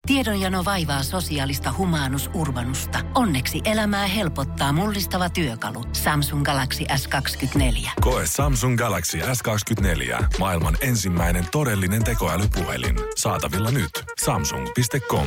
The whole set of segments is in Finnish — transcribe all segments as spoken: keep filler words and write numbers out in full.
Tiedonjano vaivaa sosiaalista humanus urbanusta. Onneksi elämää helpottaa mullistava työkalu. Samsung Galaxy S kaksikymmentäneljä. Koe Samsung Galaxy S kaksikymmentäneljä. Maailman ensimmäinen todellinen tekoälypuhelin. Saatavilla nyt. Samsung piste com.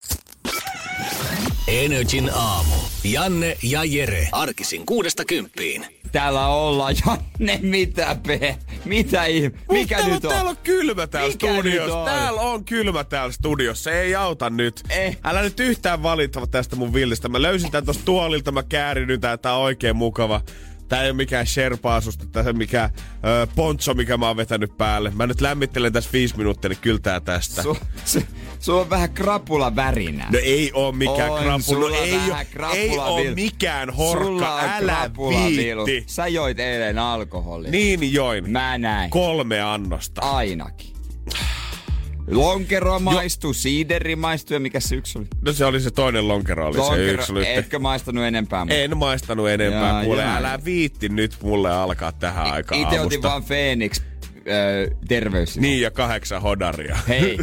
Energin aamu. Janne ja Jere. Arkisin kuudesta kymppiin. Täällä ollaan. Janne, mitä pe? Mitä ihme? Mikä täällä, nyt on? Täällä on kylmä täällä Mikä studiossa. on? Täällä on kylmä täällä studiossa. Ei auta nyt. Eh. Älä nyt yhtään valittaa tästä mun villistä. Mä löysin tän tosta tuolilta. Mä käärin nyt. Tää on oikein mukava. Tää ei oo mikään Sherpa-asusta. Tää on mikään ö, poncho, mikä mä oon vetänyt päälle. Mä nyt lämmittelen tässä viisi minuuttia, niin kyltää tästä. Su, su, sulla on vähän krapula värinä. No ei oo mikään on, krapula. No, ei, krapula ei oo vil... mikään horkka. Sulla on Älä viitti. Sä joit eilen alkoholia. Niin join. Mä näin. Kolme annosta. Ainakin. Lonkero maistuu, siideri maistuu ja mikä se yksi oli? No se oli se toinen lonkero, oli Lonkero, se yksi. Oli etkö maistanut enempää? Mutta... En maistanut enempää. Jaa, Kuule, jaa. älä viitti nyt mulle alkaa tähän aikaan Ite aamusta. otin vaan Phoenix äh, terveys. Niin ja kahdeksan hodaria. Hei.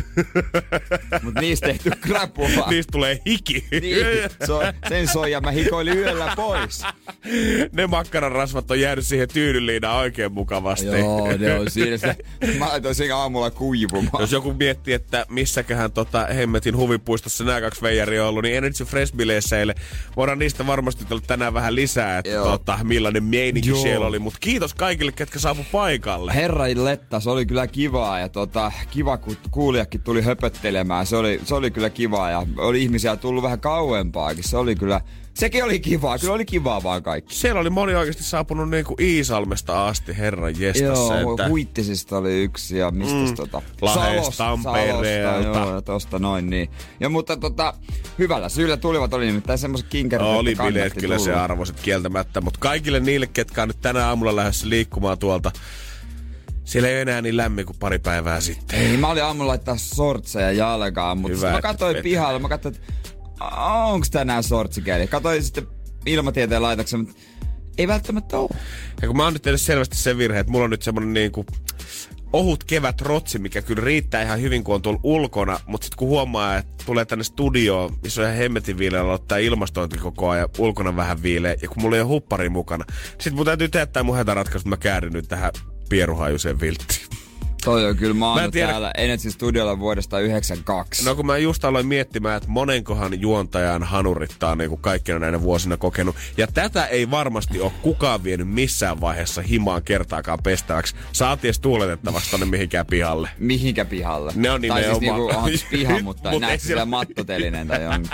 Mut niistä tehty krapua. Niistä tulee hiki. Niin. So, sen soija mä hikoilin yöllä pois. Ne makkararasvat on jäänyt siihen tyynyliinaan oikein mukavasti. Joo, ne on siinä. Sitä, mä laitoin siinä aamulla kuivumaan. Jos joku miettii, että missäköhän tota hemmetin huvipuistossa nämä kaksi veijaria on ollut, niin Energy Fresh-bileissä eilen voidaan niistä varmasti tulla tänään vähän lisää, että tota, millainen meininki Joo. siellä oli. Mutta kiitos kaikille, ketkä saapu paikalle. Herra letta, se oli kyllä kivaa ja tota, kiva, kun kuulijakin tuli höpöttelemään. Se oli, se oli kyllä kivaa ja oli ihmisiä tullut vähän kauempaakin. Se oli kyllä, sekin oli kivaa. Kyllä oli kivaa vaan kaikki. Siellä oli moni oikeasti saapunut niinku Iisalmesta asti, herran jestassa. Joo, että... Huittisista oli yksi ja mistä mm. tota... Lahdesta, Tampereelta. Salosta, joo, tosta noin niin. Ja mutta tota, hyvällä syyllä tulivat, oli nimittäin semmoset kinkerit, no, oli kannatti bileet kyllä se arvoiset kieltämättä, mutta kaikille niille, ketkä on nyt tänä aamulla lähdössä liikkumaan tuolta, siellä ei enää niin lämmin kuin pari päivää sitten. Ei, mä olin aamulla laittaa sortseja jalkaan, mutta Hyvä, mä katsoin pihalla, mä katsoin, että onks tänään sortsikeli. Katsoin sitten ilmatieteen laitoksen, mutta ei välttämättä oo. Ja kun mä oon nyt tehnyt selvästi sen virheen, että mulla on nyt semmonen niinku ohut kevät rotsi, mikä kyllä riittää ihan hyvin, kun on tuolla ulkona, mutta sitten kun huomaa, että tulee tänne studioon, missä on ihan hemmetin viileä, ottaa ilmastointi koko ajan, ulkona vähän viileä, ja kun mulla ei ole huppari mukana, sit mun täytyy tehdä tää mun hätäratkaisu, että mä käärin nyt tähän pieruhajuiseen vilttiin. Toi on kyllä, mä oon tiedä... täällä Energy Studiolla vuodesta yhdeksänkymmentäkaksi. No kun mä just aloin miettimään, että monenkohan juontajan hanurittaa niin kuin kaikkina näinä vuosina kokenut. Ja tätä ei varmasti ole kukaan vienyt missään vaiheessa himaan kertaakaan pestäväksi. Saaties tuuletettavaksi tonne mihinkään pihalle. Mihinkä pihalle? Ne on tai siis nimenomaan. niinku onks piha, mutta Mut näet siellä... sillä mattotelinen tai on.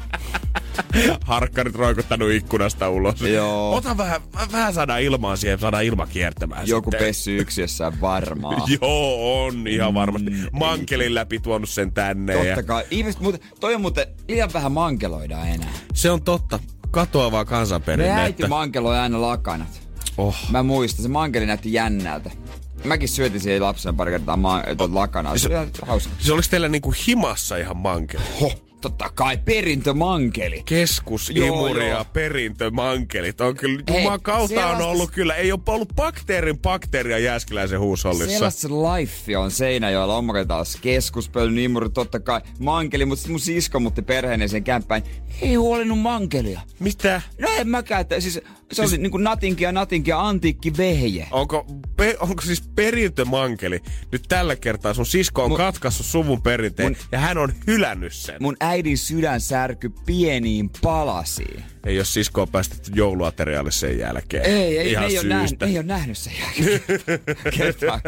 Harkkarit roikuttanut ikkunasta ulos. Joo. Ota vähän, vähän saadaan ilmaa siihen, saadaan ilma kiertämään. Joku sitten. pessy yksiössään varmaan. Joo, on ihan varmasti. Mankelin läpi tuonut sen tänne. Totta ja... kai. Ihmiset muuten, toi on muuten liian vähän mankeloidaan enää. Se on totta. Katoavaa kansanperinnettä. Me äiti mankeloi aina lakanat. Oh. Mä muistan, se mankeli näytti jännältä. Mäkin syötin siihen lapsen pari kertaa ma- oh. lakanaa. Se oli ihan hauska. Se oliks teillä niinku himassa ihan mankeli? Hoh. Totta kai, perintömankeli. Keskusimuri ja perintömankelit on kyllä, juman kautta sellaista... on ollut kyllä, ei ole ollut bakteerin bakteeria Jääskeläisen huushollissa. Sellaista life on Seinäjoella omakotitalossa, keskuspöllyn imuri, totta kai mankeli, mutta sit mun sisko muutti perheeneeseen kämppään. Ei huolinnut mankelia. Mitä? No en mäkään, että siis se siis... oli niinku natinki ja natinki ja antiikki vehje. Onko, pe, onko siis perintömankeli nyt tällä kertaa sun sisko on mun... katkaissut suvun perinteen mun... ja hän on hylännyt sen? Mun äidin sydän särky pieniin palasiin. Ei oo siskoa päästetty jouluateriaalle sen jälkeen. Ei, ei, ihan ei, syystä. Ole nähnyt, ei ole nähnyt sen jälkeen. Kertaa.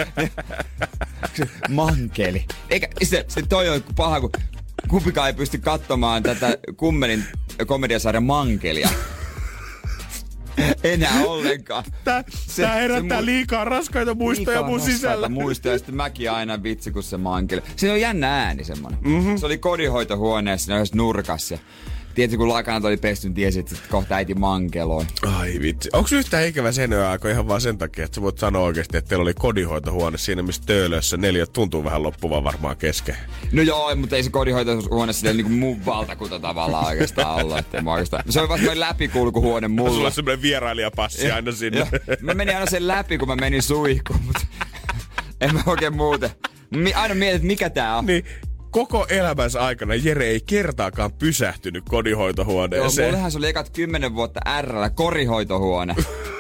Mankeli. Eikä, se, se toi on paha, kun kumpikaan ei pysty katsomaan tätä kummelin komediasarjan Mankelia. Enää ollenkaan. Tää, se, tää herättää se liikaa raskaita muistoja mun sisällä. Muistoja, ja sitten mäkin aina vitsi, kun se mankeli. Se on jännä ääni semmonen. Mm-hmm. Se oli kodinhoitohuoneessa yhdessä nurkassa. Tiedätkö, kun lakanat oli pesty, niin tiesi, että kohta äiti mankeloi. Ai vitsi. Onko yhtään ikävä sen aika ihan vaan sen takia, että sä voit sanoa oikeasti, että teillä oli kodinhoitohuone siinä, missä Töölössä neljä tuntuu vähän loppuvan varmaan kesken? No joo, mutta ei se kodinhoitohuone silleen niinku mun valtakunta tavallaan oikeastaan olla. Että oikeastaan... Se oli vasta läpikulkuhuone mulla. Sulla on semmoinen vierailijapassi aina sinne. Mä menin aina sen läpi, kun mä menin suihkuun, mutta en mä oikein muuten. Aina mietin, että mikä tää on. Niin. koko elämänsä aikana Jere ei kertaakaan pysähtynyt kodinhoitohuoneeseen. Joo, mullehan se oli ekat kymmenen vuotta R:llä korihoitohuone.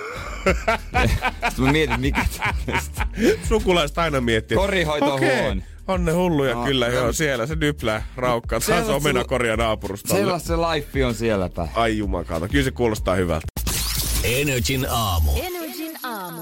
Sitten mä mietin, mikä tällaista. Sukulaiset aina miettii. Korihoitohuone. Okay. On ne hulluja no, kyllä, no. Joo, siellä se nyplää raukkaa. Taas on omenakoria naapurustolle. Sellaista se life on siellä päin. Ai jumakauta, kyllä se kuulostaa hyvältä. Energin aamu. Energin aamu.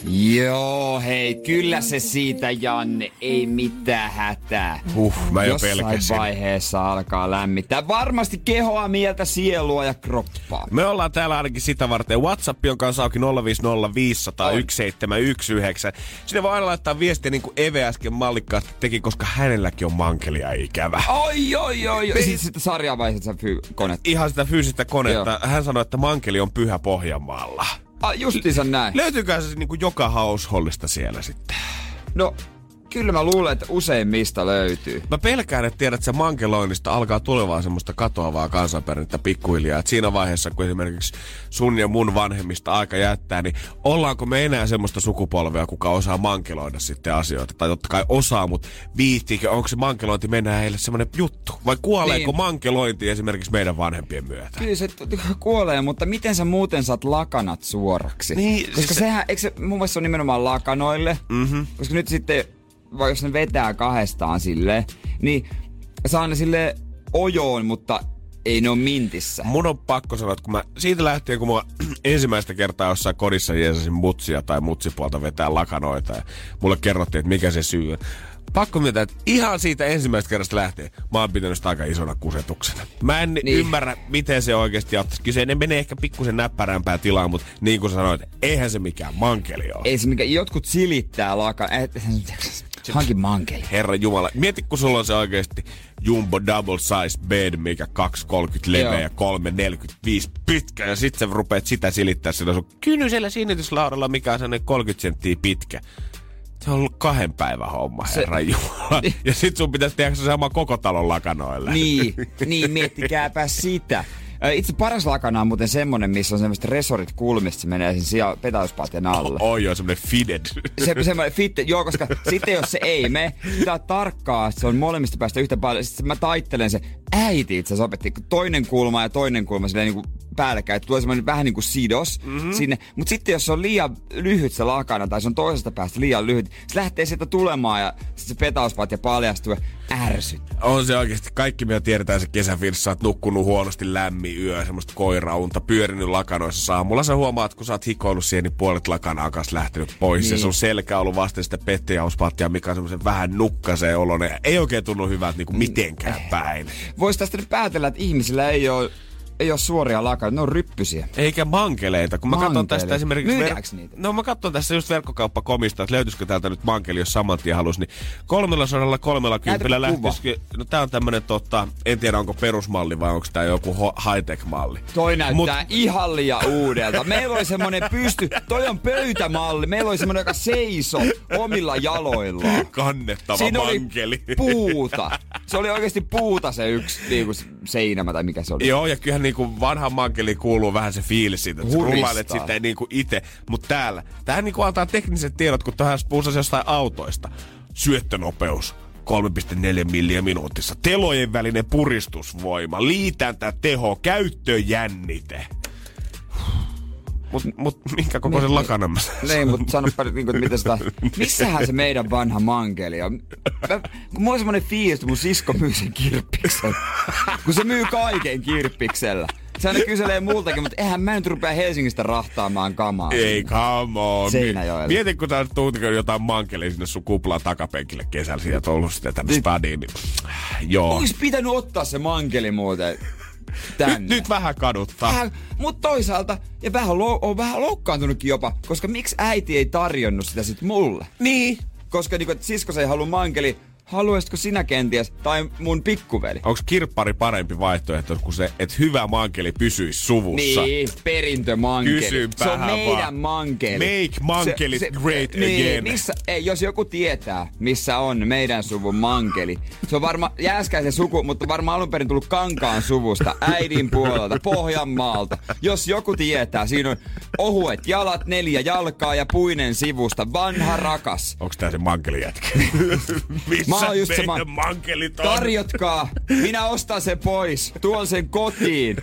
Joo, hei, kyllä se siitä, Janne, ei mitään hätää. Huh, mä jo pelkäsin. Jossain vaiheessa alkaa lämmittää. Varmasti kehoa, mieltä, sielua ja kroppaa. Me ollaan täällä ainakin sitä varten. WhatsApp on kanssa auki nolla viisi nolla viisi nolla nolla yksi seitsemän yksi yhdeksän. Sinne voi aina laittaa viestiä niin kuin Eve äsken mallikkaasti teki, koska hänelläkin on mankelia ikävä. Oi, oi, oi, oi. Sitten sitä sarjavaiheessa fy- konetta. Ihan sitä fyysistä konetta. Joo. Hän sanoi, että mankeli on pyhä Pohjanmaalla. Ah, justiinsa näin. Löytyykö se niinku joka householdista siellä sitten? No, kyllä mä luulen, että useimmista löytyy. Mä pelkään, että tiedät, että se mankeloinnista alkaa tulevaa semmoista katoavaa kansanperinnettä pikkuhiljaa. Et siinä vaiheessa, kun esimerkiksi sun ja mun vanhemmista aika jättää, niin ollaanko me enää semmoista sukupolvea, kuka osaa mankeloida sitten asioita? Tai totta kai osaa, mutta viittiikö, onko se mankelointi mennään heille semmoinen juttu? Vai kuoleeko niin mankelointi esimerkiksi meidän vanhempien myötä? Kyllä se kuolee, mutta miten sä muuten saat lakanat suoraksi? Niin, koska siis sehän, eikö se mun mielestä on nimenomaan lakanoille? Mm-hmm. Koska nyt sitten, vai jos ne vetää kahdestaan silleen, niin saa ne silleen ojoon, mutta ei ne ole mintissä. Mun on pakko sanoa, että kun mä siitä lähtien, kun mä ensimmäistä kertaa jossain kodissa jeesasin mutsia tai mutsipuolta vetää lakanoita ja mulle kerrottiin, että mikä se syy on. Pakko myöntää, että ihan siitä ensimmäistä kerrasta lähtien mä oon pitänyt sitä aika isona kusetuksena. Mä en niin ymmärrä, miten se oikeasti auttaisi. Kyllä se menee ehkä pikkusen näppärämpää tilaa, mutta niin kuin sanoit, eihän se mikään mankeli ole. Ei se mikään, jotkut silittää lakan. Hankin mankeli. Herra Jumala, mieti kun sulla on se oikeasti jumbo double size bed, mikä kaksi kolmekymmentä leveä ja kolme neljäkymmentäviisi pitkä. Ja sit sä rupeat sitä silittää sillä sun kynnysellä sinnityslaudalla, mikä on sellainen kolmekymmentä senttiä pitkä. Se on ollut kahden päivän homma, herra se, Jumala. Niin. Ja sit sun pitäisi tehdä se sama koko talon lakanoille. Niin, niin miettikääpä sitä. Itse paras lakana on muuten semmonen, missä on semmoiset resorit kulmista, se menee sen sijaan petauspatjan alle. Oi, oh, joo, semmonen fitted. Se, semmoinen fitted, joo, koska sitten jos se ei mene, pitää tarkkaa, se on molemmista päästä yhtä paljon. Sitten mä taittelen se, äiti itse asiassa opetti, toinen kulma ja toinen kulma silleen niinku päällekkäin, että tulee semmoinen vähän niinku sidos mm-hmm. sinne. Mutta sitten jos se on liian lyhyt se lakana, tai se on toisesta päästä liian lyhyt, se lähtee sieltä tulemaan ja sitten se petauspatja paljastuu. Ärsyttää. On se oikeesti. Kaikki me tiedetään se kesäfiilis, sä oot nukkunut huonosti lämmin yö, semmoista koiraunta, pyörinyt lakanoissa saamulla. Sä huomaat, kun sä oot hikoillut siihen, niin puolet lakanaa kanssa lähtenyt pois. Niin. Ja sun selkä on ollut vasten sitä pettiauspattia, mikä on semmoisen vähän nukkaseen oloinen. Ei oikein tunnu hyvältä niin kuin mitenkään päin. Vois tästä nyt päätellä, että ihmisillä ei ole Ei ole suoria lakanoita, ne on ryppysiä. Eikä mankeleita. Kun mä katson tästä esimerkiksi... Myydäänkö niitä? No mä katson tässä just verkkokauppakomista, että löytyisikö täältä nyt mankeli, jos saman tien halus. Niin kolmella sadalla kolmella kympillä lähtisikö... No tää on tämmönen tota... En tiedä onko perusmalli vai onko tää joku high-tech-malli. Toi näyttää Mut... ihan liian uudelta. Meillä oli semmonen pysty... Toi on pöytämalli. Meillä oli semmonen, joka seiso omilla jaloillaan. Kannettava Siinä mankeli. Oli puuta. Se oli oikeesti puuta se yksi niinku seinämä tai mikä se oli. Joo, ja kyllähän niinku vanhan mankeliin kuuluu vähän se fiilis siitä, että rullailet sitten niinku ite. Mut täällä, tähän niinku antaa tekniset tiedot, kun tähän puhutaan jostain autoista. Syöttönopeus. kolme pilkku neljä milliä minuutissa. Telojen välinen puristusvoima. Liitäntä teho. Käyttöjännite. Mut, mut minkä kokoisen niin, lakanan mä Niin, mut sanoppa niinku, että miten sitä... Missähän se meidän vanha mankeli on? Mä, kun mulla on semmonen fiilis, että mun sisko myy sen kirppiksellä. Kun se myy kaiken kirppiksellä. Se aina kyselee multakin, mutta eihän mä nyt rupea Helsingistä rahtaamaan kamaa. Ei, come on. Seinäjoella. Mieti, kun sä tuut jotain mankelia sinne sun kuplaan takapenkille kesällä. Sieltä on ollut sitä tänne stadiin. Niin... Joo. Ois pitänyt ottaa se mankeli muuten. Nyt, nyt vähän kaduttaa. Vähän, mutta toisaalta, ja vähän lo, on vähän loukkaantunutkin jopa, koska miksi äiti ei tarjonnut sitä sit mulle? Niin. Koska niinku, sisko se ei halua mankeli, haluaisitko sinä kenties, tai mun pikkuveli? Onks kirppari parempi vaihtoehto kuin se, että hyvä mankeli pysyisi suvussa? Niin, perintömankeli. Kysynpä se on meidän vaan. Mankeli. Make mankelit se, se, great niin, again. Missä, ei, jos joku tietää, missä on meidän suvun mankeli. Se on varmaan Jääskäisen suku, mutta varmaan alun perin tullut Kankaan suvusta, äidin puolelta, Pohjanmaalta. Jos joku tietää, siinä on ohuet jalat, neljä jalkaa ja puinen sivusta. Vanha rakas. Onks tää se mankeli jätkä? Tää on just se meidän mankelit on. Tarjotkaa, minä ostan sen pois, tuon sen kotiin.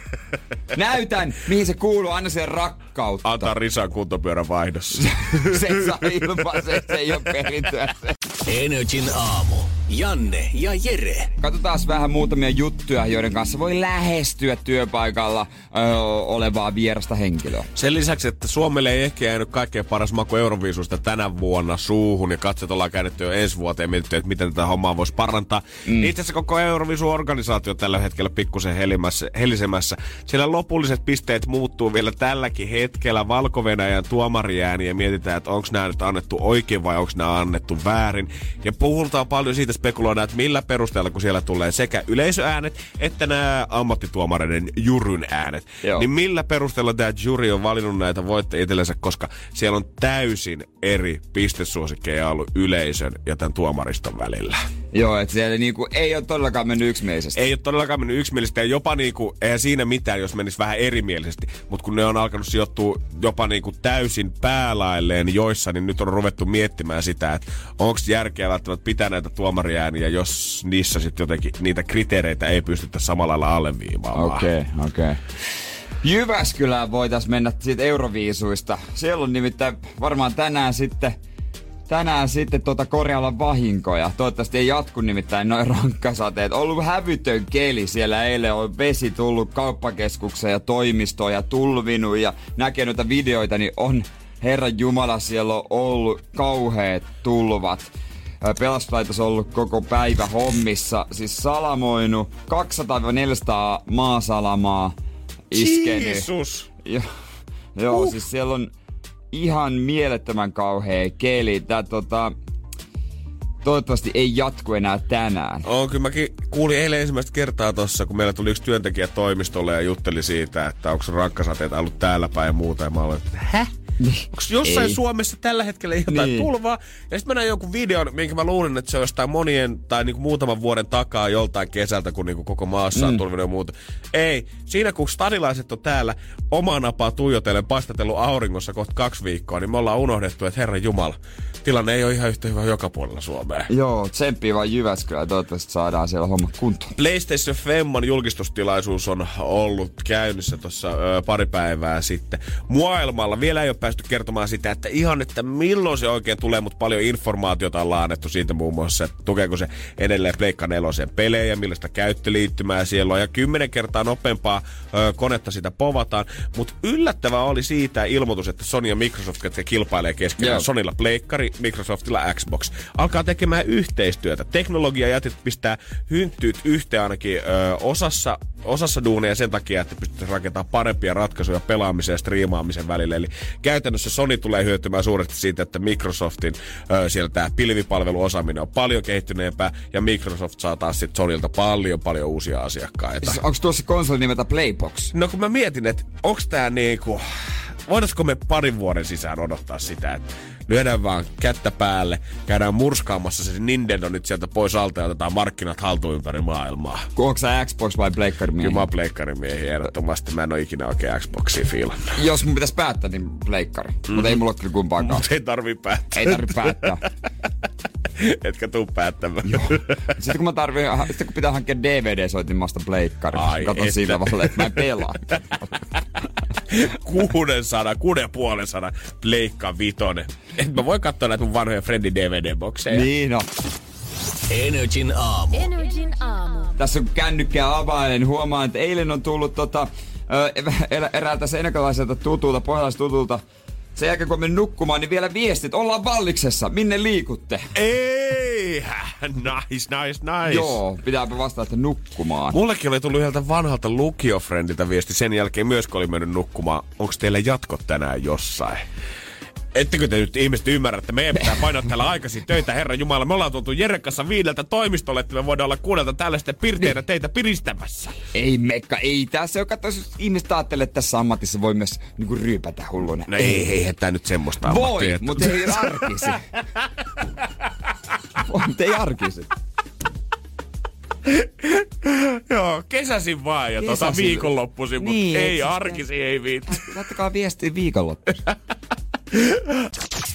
Näytän, mihin se kuuluu, anna sen rakkautta. Antaa Risan kuntopyörän vaihdossa. Se saa ilmaisen, se ei oo perintöä se. Energin aamu. Janne ja Jere. Katsotaan vähän muutamia juttuja, joiden kanssa voi lähestyä työpaikalla öö, olevaa vierasta henkilöä. Sen lisäksi, että Suomelle ei ehkä jäänyt kaikkein paras maku Euroviisusta tänä vuonna suuhun ja katsot ollaan käynyt jo ensi vuoteen ja mietitty, että miten tätä hommaa voisi parantaa. Mm. Itse asiassa koko Eurovisu-organisaatio tällä hetkellä pikkusen helisemässä. Siellä lopulliset pisteet muuttuu vielä tälläkin hetkellä. Valko-Venäjän tuomariääni ja mietitään, että onko nämä nyt annettu oikein vai onko nämä annettu väärin. Ja puhutaan paljon siitä, spekuloidaan, että millä perusteella, kun siellä tulee sekä yleisöäänet että nämä ammattituomareiden juryn äänet. Joo. Niin millä perusteella tämä jury on valinnut näitä voittajia itsellensä, koska siellä on täysin eri pistesuosikkeja ollut yleisön ja tämän tuomariston välillä. Joo, että siellä niinku ei ole todellakaan mennyt yksimielisesti. Ei ole todellakaan mennyt yksimielisesti ja jopa niinku, eihän siinä mitään, jos menisi vähän erimielisesti. Mutta kun ne on alkanut sijoittua jopa niinku täysin päälailleen joissa, niin nyt on ruvettu miettimään sitä, että onko järkeä välttämättä pitää näitä tuomariääniä, jos niissä sitten jotenkin niitä kriteereitä ei pystytä samalla lailla alleviivaamaan. Okei, okay, okei. Okay. Jyväskylään voitaisiin mennä siitä Euroviisuista. Siellä on nimittäin varmaan tänään sitten Tänään sitten tuota korjailla vahinkoja. Toivottavasti ei jatku nimittäin noin rankkasateet. On ollut hävytön keli. Siellä eilen on vesi tullut kauppakeskukseen ja toimistoon ja tulvinut ja näkee noita videoita, niin on Herran Jumala, siellä on ollut kauheat tulvat. Pelastuslaitos on ollut koko päivä hommissa. Siis salamoinut kaksisataa neljäsataa maasalamaa iskenyt. Jeesus! Jo, joo, uh. siis siellä on ihan mielettömän kauhea keli. Tää tota... Toivottavasti ei jatku enää tänään. On, kyllä mäkin kuulin eilen ensimmäistä kertaa tossa, kun meillä tuli yksi työntekijä toimistolle ja jutteli siitä, että onko rankkasateita ollut täällä päin ja muuta. Ja mä olin, että hä? Onko jossain ei. Suomessa tällä hetkellä jotain niin. tulvaa? Ja sitten mä näin jonkun videon, minkä mä luulin, että se on jostain monien tai niinku muutaman vuoden takaa joltain kesältä, kun niinku koko maassa on mm. tulvinut ja muuta. Ei. Siinä kun stadilaiset on täällä omaa napaa tuijotellen paistatellut auringossa kohta kaksi viikkoa, niin me ollaan unohdettu, että Herran Jumala, tilanne ei ole ihan yhtä hyvä joka puolella Suomea. Joo, tsemppii vaan Jyväskylään. Toivottavasti saadaan siellä homma kuntoon. PlayStation Femman julkistustilaisuus on ollut käynnissä tuossa pari päivää sitten. Maailmalla vielä ei ole päästy kertomaan sitä, että ihan, että milloin se oikein tulee, mutta paljon informaatiota on annettu siitä muun muassa, että tukeeko se edelleen Pleikka nelosen pelejä, millaista käyttöliittymää siellä on, ja kymmenen kertaa nopeampaa ö, konetta sitä povataan, mutta yllättävää oli siitä ilmoitus, että Sony ja Microsoft, jotka kilpailee keskenään, yeah. Sonylla Pleikkari, Microsoftilla Xbox, alkaa tekemään yhteistyötä. Teknologiajätit pistää hynttyyt yhteen ainakin ö, osassa, osassa duunia sen takia, että pystytään rakentamaan parempia ratkaisuja pelaamisen ja striimaamisen välillä. Eli käytännössä Sony tulee hyötymään suuresti siitä, että Microsoftin ö, siellä tämä pilvipalveluosaaminen on paljon kehittyneempää ja Microsoft saa taas sitten Sonylta paljon paljon uusia asiakkaita. Siis onko tuossa konsoli nimeltä Playbox? No kun mä mietin, että onko tää niinku... Voitaisiko me parin vuoden sisään odottaa sitä, että lyödään vaan kättä päälle, käydään murskaamassa se Nintendo nyt sieltä pois alta ja otetaan markkinat haltuun ympäri maailmaa. Onko sä Xbox vai Pleikkarimiehiä? Kyllä mä oon Pleikkarimiehiä ehdottomasti. Mä en oo ikinä oikein Xboxia fiilannut. Jos mun pitäisi päättää, niin Pleikkari. Mm. Mutta ei mulla ole kyllä kumpaakaan. Mutta ei tarvii päättää. Ei tarvii päättää. Etkä tuu päättämään. Joo. Sitten kun, mä tarvii, sitten kun pitää hankkia D V D-soitin, mä ostan Pleikkari. Katon sillä tavalla, että mä en pelaa. kuusisataa, kuusi ja puoli sataa Pleikka vitonen. Et mä voin katsoa näitä mun vanhoja Friendin D V D-bokseja. Niin on. Energin aamu. Energin aamu. Tässä on kännykkää availen. Huomaan, että eilen on tullut tota, ö, eräältä seinäkalaiselta tutulta, pohjalaisetutulta. Sen jälkeen kun on nukkumaan, niin vielä viestit. Ollaan valliksessa. Minne liikutte? Ei! Nice, nice, nice. Joo, pitääpä vastata, että nukkumaan. Mullekin oli tullut yhdeltä vanhalta lukiofrendiltä viesti sen jälkeen myös, kun oli mennyt nukkumaan. Onko teillä jatkot tänään jossain? Ettekö te nyt ihmiset ymmärrä, että meidän pitää painaa täällä aikaisin töitä, Herran Jumala. Me ollaan tultu Jeren kanssa viideltä toimistolle, että me voidaan olla kuudelta tällaisten pirteinä teitä piristämässä. Ei Mekka, ei tässä. Katso, jos ihmiset ajattelee, että tässä ammatissa voi myös niinku ryypätä hulluna. No ei, ei, ei tää nyt semmoista ammattia. Voi, mutta ei arkisi. Mutta ei arkisi. Joo, kesäsin vaan ja kesäsin. Tota viikonloppuisin, mutta niin, ei arkisi, ei viitti. Laittakaa viestiä viikonloppuisin.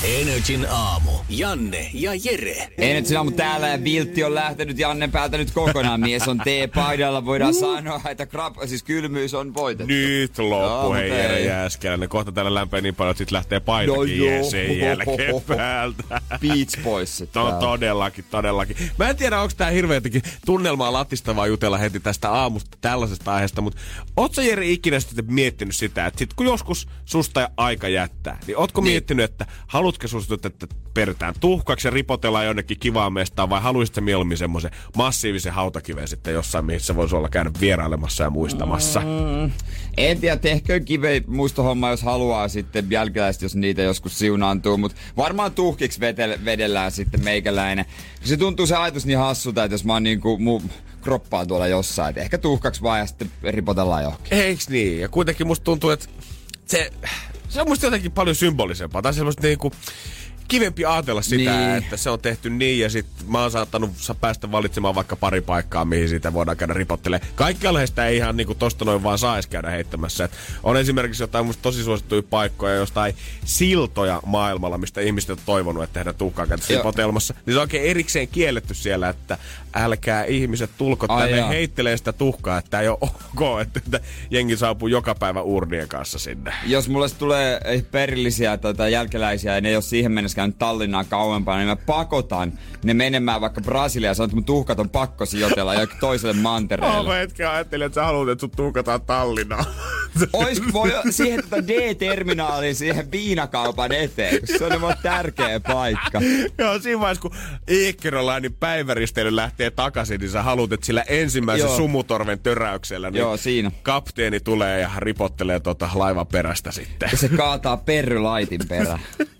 Energin aamu. Janne ja Jere. Energin aamu täällä ja viltti on lähtenyt Jannen päältä nyt kokonaan. Mies on T-paidalla. Voidaan sanoa, että krap, siis kylmyys on voitettu. Nyt loppu, hei Jere Jääskeläinen. Kohta täällä lämpee niin paljon, että sit lähtee paitakin no jees sen jälkeen päältä. Beach Boys. No todellakin, todellakin. Mä en tiedä, onko tää hirveä jotenkin tunnelmaa latistavaa jutella heti tästä aamusta tällaisesta aiheesta, mutta oot sä Jere ikinä sitten miettinyt sitä, että sit kun joskus susta aika jättää, niin ootko niin. miettinyt, että haluatko susta, että peritään tuhkaksi ja ripotellaan jonnekin kivaan mestaan, vai haluaisit sä mieluummin semmoisen massiivisen hautakiven sitten jossain, missä voisi olla käydä vierailemassa ja muistamassa? Mm, en tiedä, tehköön kive muistohomma, jos haluaa sitten jälkeläiset, jos niitä joskus siunaantuu, mutta varmaan tuhkiksi vetel- vedellään sitten meikäläinen. Se tuntuu se ajatus niin hassulta, että jos mä oon niinku mu- kroppaan tuolla jossain, että ehkä tuhkaksi vaan ja sitten ripotellaan johonkin. Eiks niin? Ja kuitenkin musta tuntuu, että se, se on musta jotenkin paljon symbolisempaa. Tai semmoista niinku kivempi ajatella sitä, niin. että se on tehty niin ja sit mä oon saattanut päästä valitsemaan vaikka pari paikkaa, mihin siitä voidaan käydä ripottelemaan. Kaikkialla sitä ei ihan niinku tosta noin vaan saa edes käydä heittämässä. Et on esimerkiksi jotain musta tosi suosittuja paikkoja, jostain siltoja maailmalla, mistä ihmiset on toivonut, että tehdään tuhkaa käytössä ripotelmassa. Niin se on oikein erikseen kielletty siellä, että älkää ihmiset tulko tänne heittelee sitä tuhkaa, että ei ole ok, että, että jengi saapuu joka päivä urnien kanssa sinne. Jos mulle tulee perillisiä tota, jälkeläisiä ja ne ei ole siihen mennessä käynyt Tallinnaan kauempana, niin mä pakotan ne menemään vaikka Brasiliaan ja sanon, että mun tuhkat on pakko sijoitella jokin toiselle mantereelle. Oh, mä hetken ajattelin, että sä haluat, että sun tuhkataan Tallinnaan. Ois voi siihen tota D-terminaaliin, siihen viinakaupan eteen, koska se on nimenomaan tärkeä paikka. Joo, siinä vaiheessa, kun Eekkerolainen päiväristeily lähtee takaisin, niin sä haluat, että sillä ensimmäisen Joo. sumutorven töräyksellä niin Joo, siinä. kapteeni tulee ja ripottelee tota laivan perästä sitten. Ja se kaataa perrylaitin perään.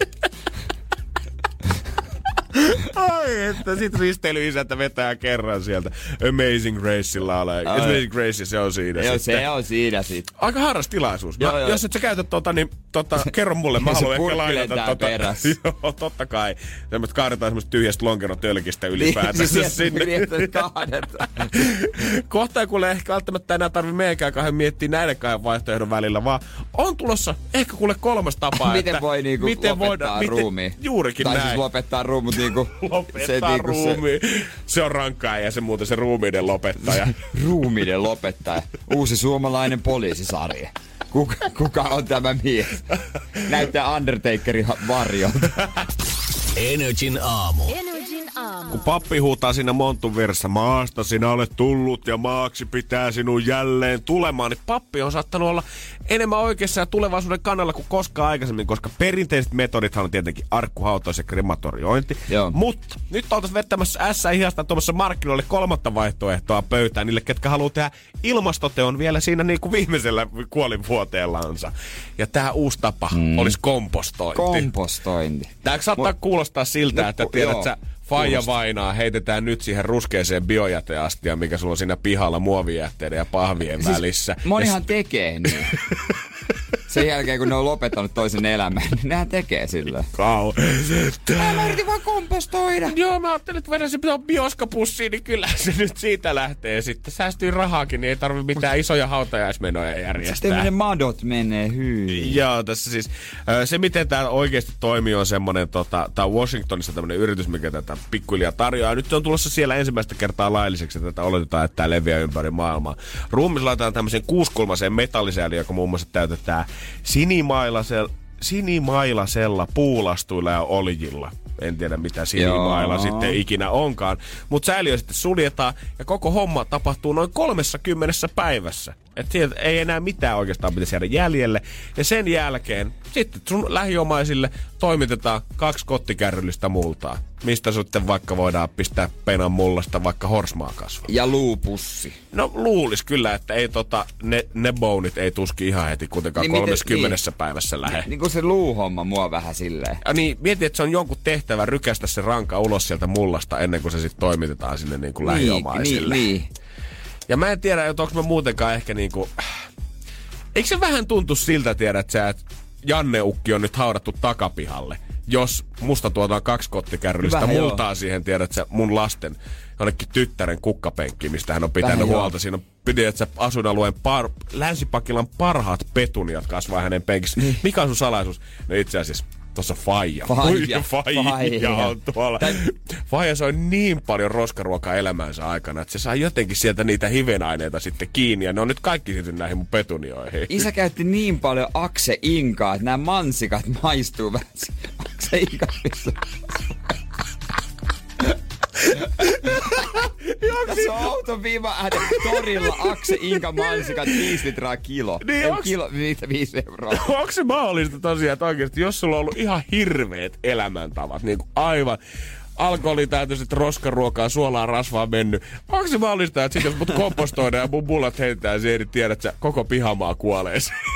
Ai, että sit risteilyisäntä vetää kerran sieltä Amazing Graceilla ole. Amazing Grace, se on siinä Joo, sitten. se on siinä sitten. Aika harras tilaisuus. Mä, joo, joo. Jos et sä käytä tota, niin tota, kerro mulle. Mä haluan ehkä lainata tota. Joo, totta kai. Semmoista kaadetaan semmoista tyhjästä lonkerotölkistä ylipäätänsä sinne. Kohta ei kuule ehkä välttämättä enää tarvi meidänkään kahden miettiä näiden kahden vaihtoehdon välillä, vaan on tulossa ehkä kuule kolmas tapa. Miten voi niinku miten lopettaa voida, ruumiin? Juurikin tai näin. Tai siis lopettaa ruumut niinku. Lopettaa se, niinku ruumiin. Se... se on rankkaa ja se muuten se ruumiiden lopettaja. Ruumiiden lopettaja. Uusi suomalainen poliisisarja. Kuka, kuka on tämä mies? Näyttää Undertakerin varjolta. Energin aamu. Energin aamu. Kun pappi huutaa siinä montun vieressä, maasta sinä olet tullut ja maaksi pitää sinun jälleen tulemaan, niin pappi on saattanut olla enemmän oikeassa ja tulevaisuuden kannalla kuin koskaan aikaisemmin, koska perinteiset metodithan on tietenkin arkkuhautaus ja krematoriointi. Joo. Mutta nyt oltaisiin vettämässä ässä hihasta tuomassa markkinoille kolmatta vaihtoehtoa pöytään niille, ketkä haluaa tehdä ilmastoteon vielä siinä niin kuin viimeisellä kuolinvuoteellansa. Ja tämä uusi tapa mm. olisi kompostointi. Kompostointi. Tämä saattaa Mut, kuulostaa siltä, että tiedät sä, faija vainaa heitetään nyt siihen ruskeeseen biojäteastiaan, mikä sulla on siinä pihalla muovijätteiden ja pahvien siis välissä. Monihan ja... tekee niin. Sen jälkeen, kun ne on lopettanut toisen elämän, niin nehän tekee silleen. Kau. Mä yritin vaan kompostoida. Joo, mä ajattelin, että vedän se pitää bioskapussiin, niin kyllä se nyt siitä lähtee. Sitten säästyy rahaakin, niin ei tarvi mitään isoja hautajaismenoja järjestää. Sitten ne madot menee hyvin. Joo, tässä siis se, miten tää oikeasti toimii, on semmonen, tota, tää on Washingtonissa tämmönen yritys, mikä tätä pikkuhiljaa tarjoaa. Nyt on tulossa siellä ensimmäistä kertaa lailliseksi, että tätä oletetaan, että tää leviää ympäri maailmaa. Ruumis laitetaan tämmöiseen kuusikulmaiseen metallisääliin, joka muun muassa täytetään sinimailasella, sinimailasella puulastuilla ja oljilla. En tiedä mitä sinimailla Joo. sitten ikinä onkaan. Mutta säiliö sitten suljetaan ja koko homma tapahtuu noin kolmessakymmenessä päivässä. Että sieltä ei enää mitään oikeastaan pitäisi jäädä jäljelle. Ja sen jälkeen sitten sun lähiomaisille toimitetaan kaksi kottikärryllistä multaa. Mistä sitten vaikka voidaan pistää penan mullasta vaikka horsmaa kasvaa. Ja luupussi. No luulis kyllä, että ei tota, ne, ne bonit ei tuski ihan heti kuitenkaan niin kolmessakymmenessä niin, päivässä lähe. Niin kuin se luuhomma mua vähän silleen. Ja niin, mieti, että se on jonkun tehtävä rykästä se ranka ulos sieltä mullasta ennen kuin se sitten toimitetaan sinne niin kuin niin, lähiomaisille. Niin, niin. Ja mä en tiedä, että onko mä muutenkaan ehkä niinku... Eikö se vähän tuntu siltä, tiedä, että sä, et Janne-ukki on nyt haudattu takapihalle, jos musta tuotaan kaksi kottikärryllistä multaa joo. siihen, tiedät sä, mun lasten jonnekin tyttären kukkapenkki, mistä hän on pitänyt vähän huolta. Joo. Siinä on pidät sä asuinalueen par- Länsi-Pakilan parhaat petuniat kasvaa hänen penkissä. Niin. Mikä on sun salaisuus? No itse asiassa Tossa faija. Faija. Faija, faija on tuolla. Tän... Faija soi niin paljon roskaruokaa elämänsä aikana, että se saa jotenkin sieltä niitä hivenaineita sitten kiinni. Ja ne on nyt kaikki sitten näihin mun petunioihin. Isä käytti niin paljon Axe Inkaa, että nämä mansikat maistuu vähän. Axe Inka. Tässä on auton viiva ähde torilla Axe Inka mansikat viisi litraa kilo. Niin, onks... kilo viisi euroa. Onko se mahdollista tosiaan, että oikeasti, jos sulla on ollut ihan hirveet elämäntavat, niin kuin aivan alkoholitäyteiset roskaruokaa, suolaa, rasvaa mennyt. Onko se mahdollista, että sit jos mut kompostoidaan ja mun bullat heitetään, niin ei tiedä, että koko pihamaa kuolee.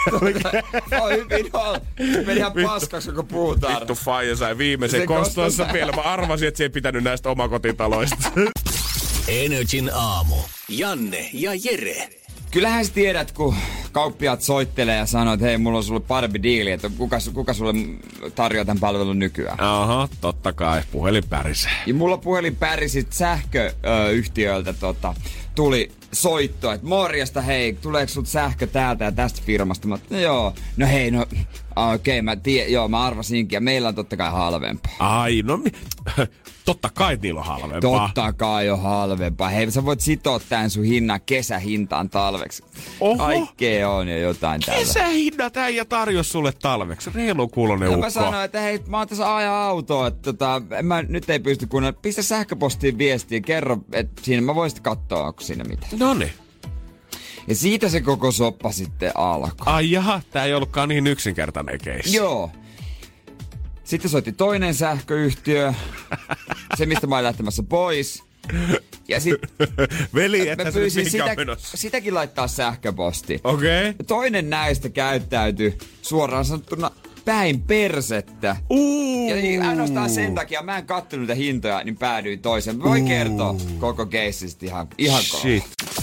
On hyvin olla. Meni ihan paskaksi, kun puhutaan. Vittu faija sai viimeisen kostonsa vielä. Mä arvasin, että se ei pitänyt näistä omakotitaloista. Energin aamu. Janne ja Jere. Kyllähän sä tiedät, kun kauppiaat soittelee ja sanoo, että hei, mulla on sulle parempi diili, että kuka, kuka sulle tarjoaa tämän palvelun nykyään. Aha, totta kai. Puhelin pärisee. Ja mulla puhelin pärisi sähköyhtiöltä tota, tuli soitto, että morjesta, hei, tuleeko sut sähkö täältä ja tästä firmasta? Mä, no joo, no hei, no okei, okay, mä tie, joo, mä arvasinkin ja meillä on totta kai halvempaa. Ai, no mi... Totta kai niillä on halvempaa. Totta kai on halvempaa. Hei, sä voit sitoa tän sun hinnan kesähintaan talveksi. Oho. Kaikkea on jo jotain tällä. Kesähinnat äijä tarjosi sulle talveksi. Reilu kuulonen ukko. Mä sanoin, että hei, mä oon tässä ajaa autoa, että tota, mä nyt ei pysty kuunnella. Pistä sähköpostiin viestiä, kerro, että siinä mä voisin katsoa, onko siinä mitään. Noniin. Ja siitä se koko soppa sitten alkoi. Ai jaha, tää ei ollutkaan niin yksinkertainen keissi. Joo. Sitten soitti toinen sähköyhtiö, se mistä mä olin lähtemässä pois. Ja sit Veli, että mä pyysin sitä, sitäkin laittaa sähköposti. Okei. Okay. Toinen näistä käyttäytyi suoraan sanottuna päin persettä. Uh. Ja niin ainoastaan sen takia mä en kattonut niitä hintoja, niin päädyin toiseen. Voin uh. kertoa koko keissistä ihan, ihan shit.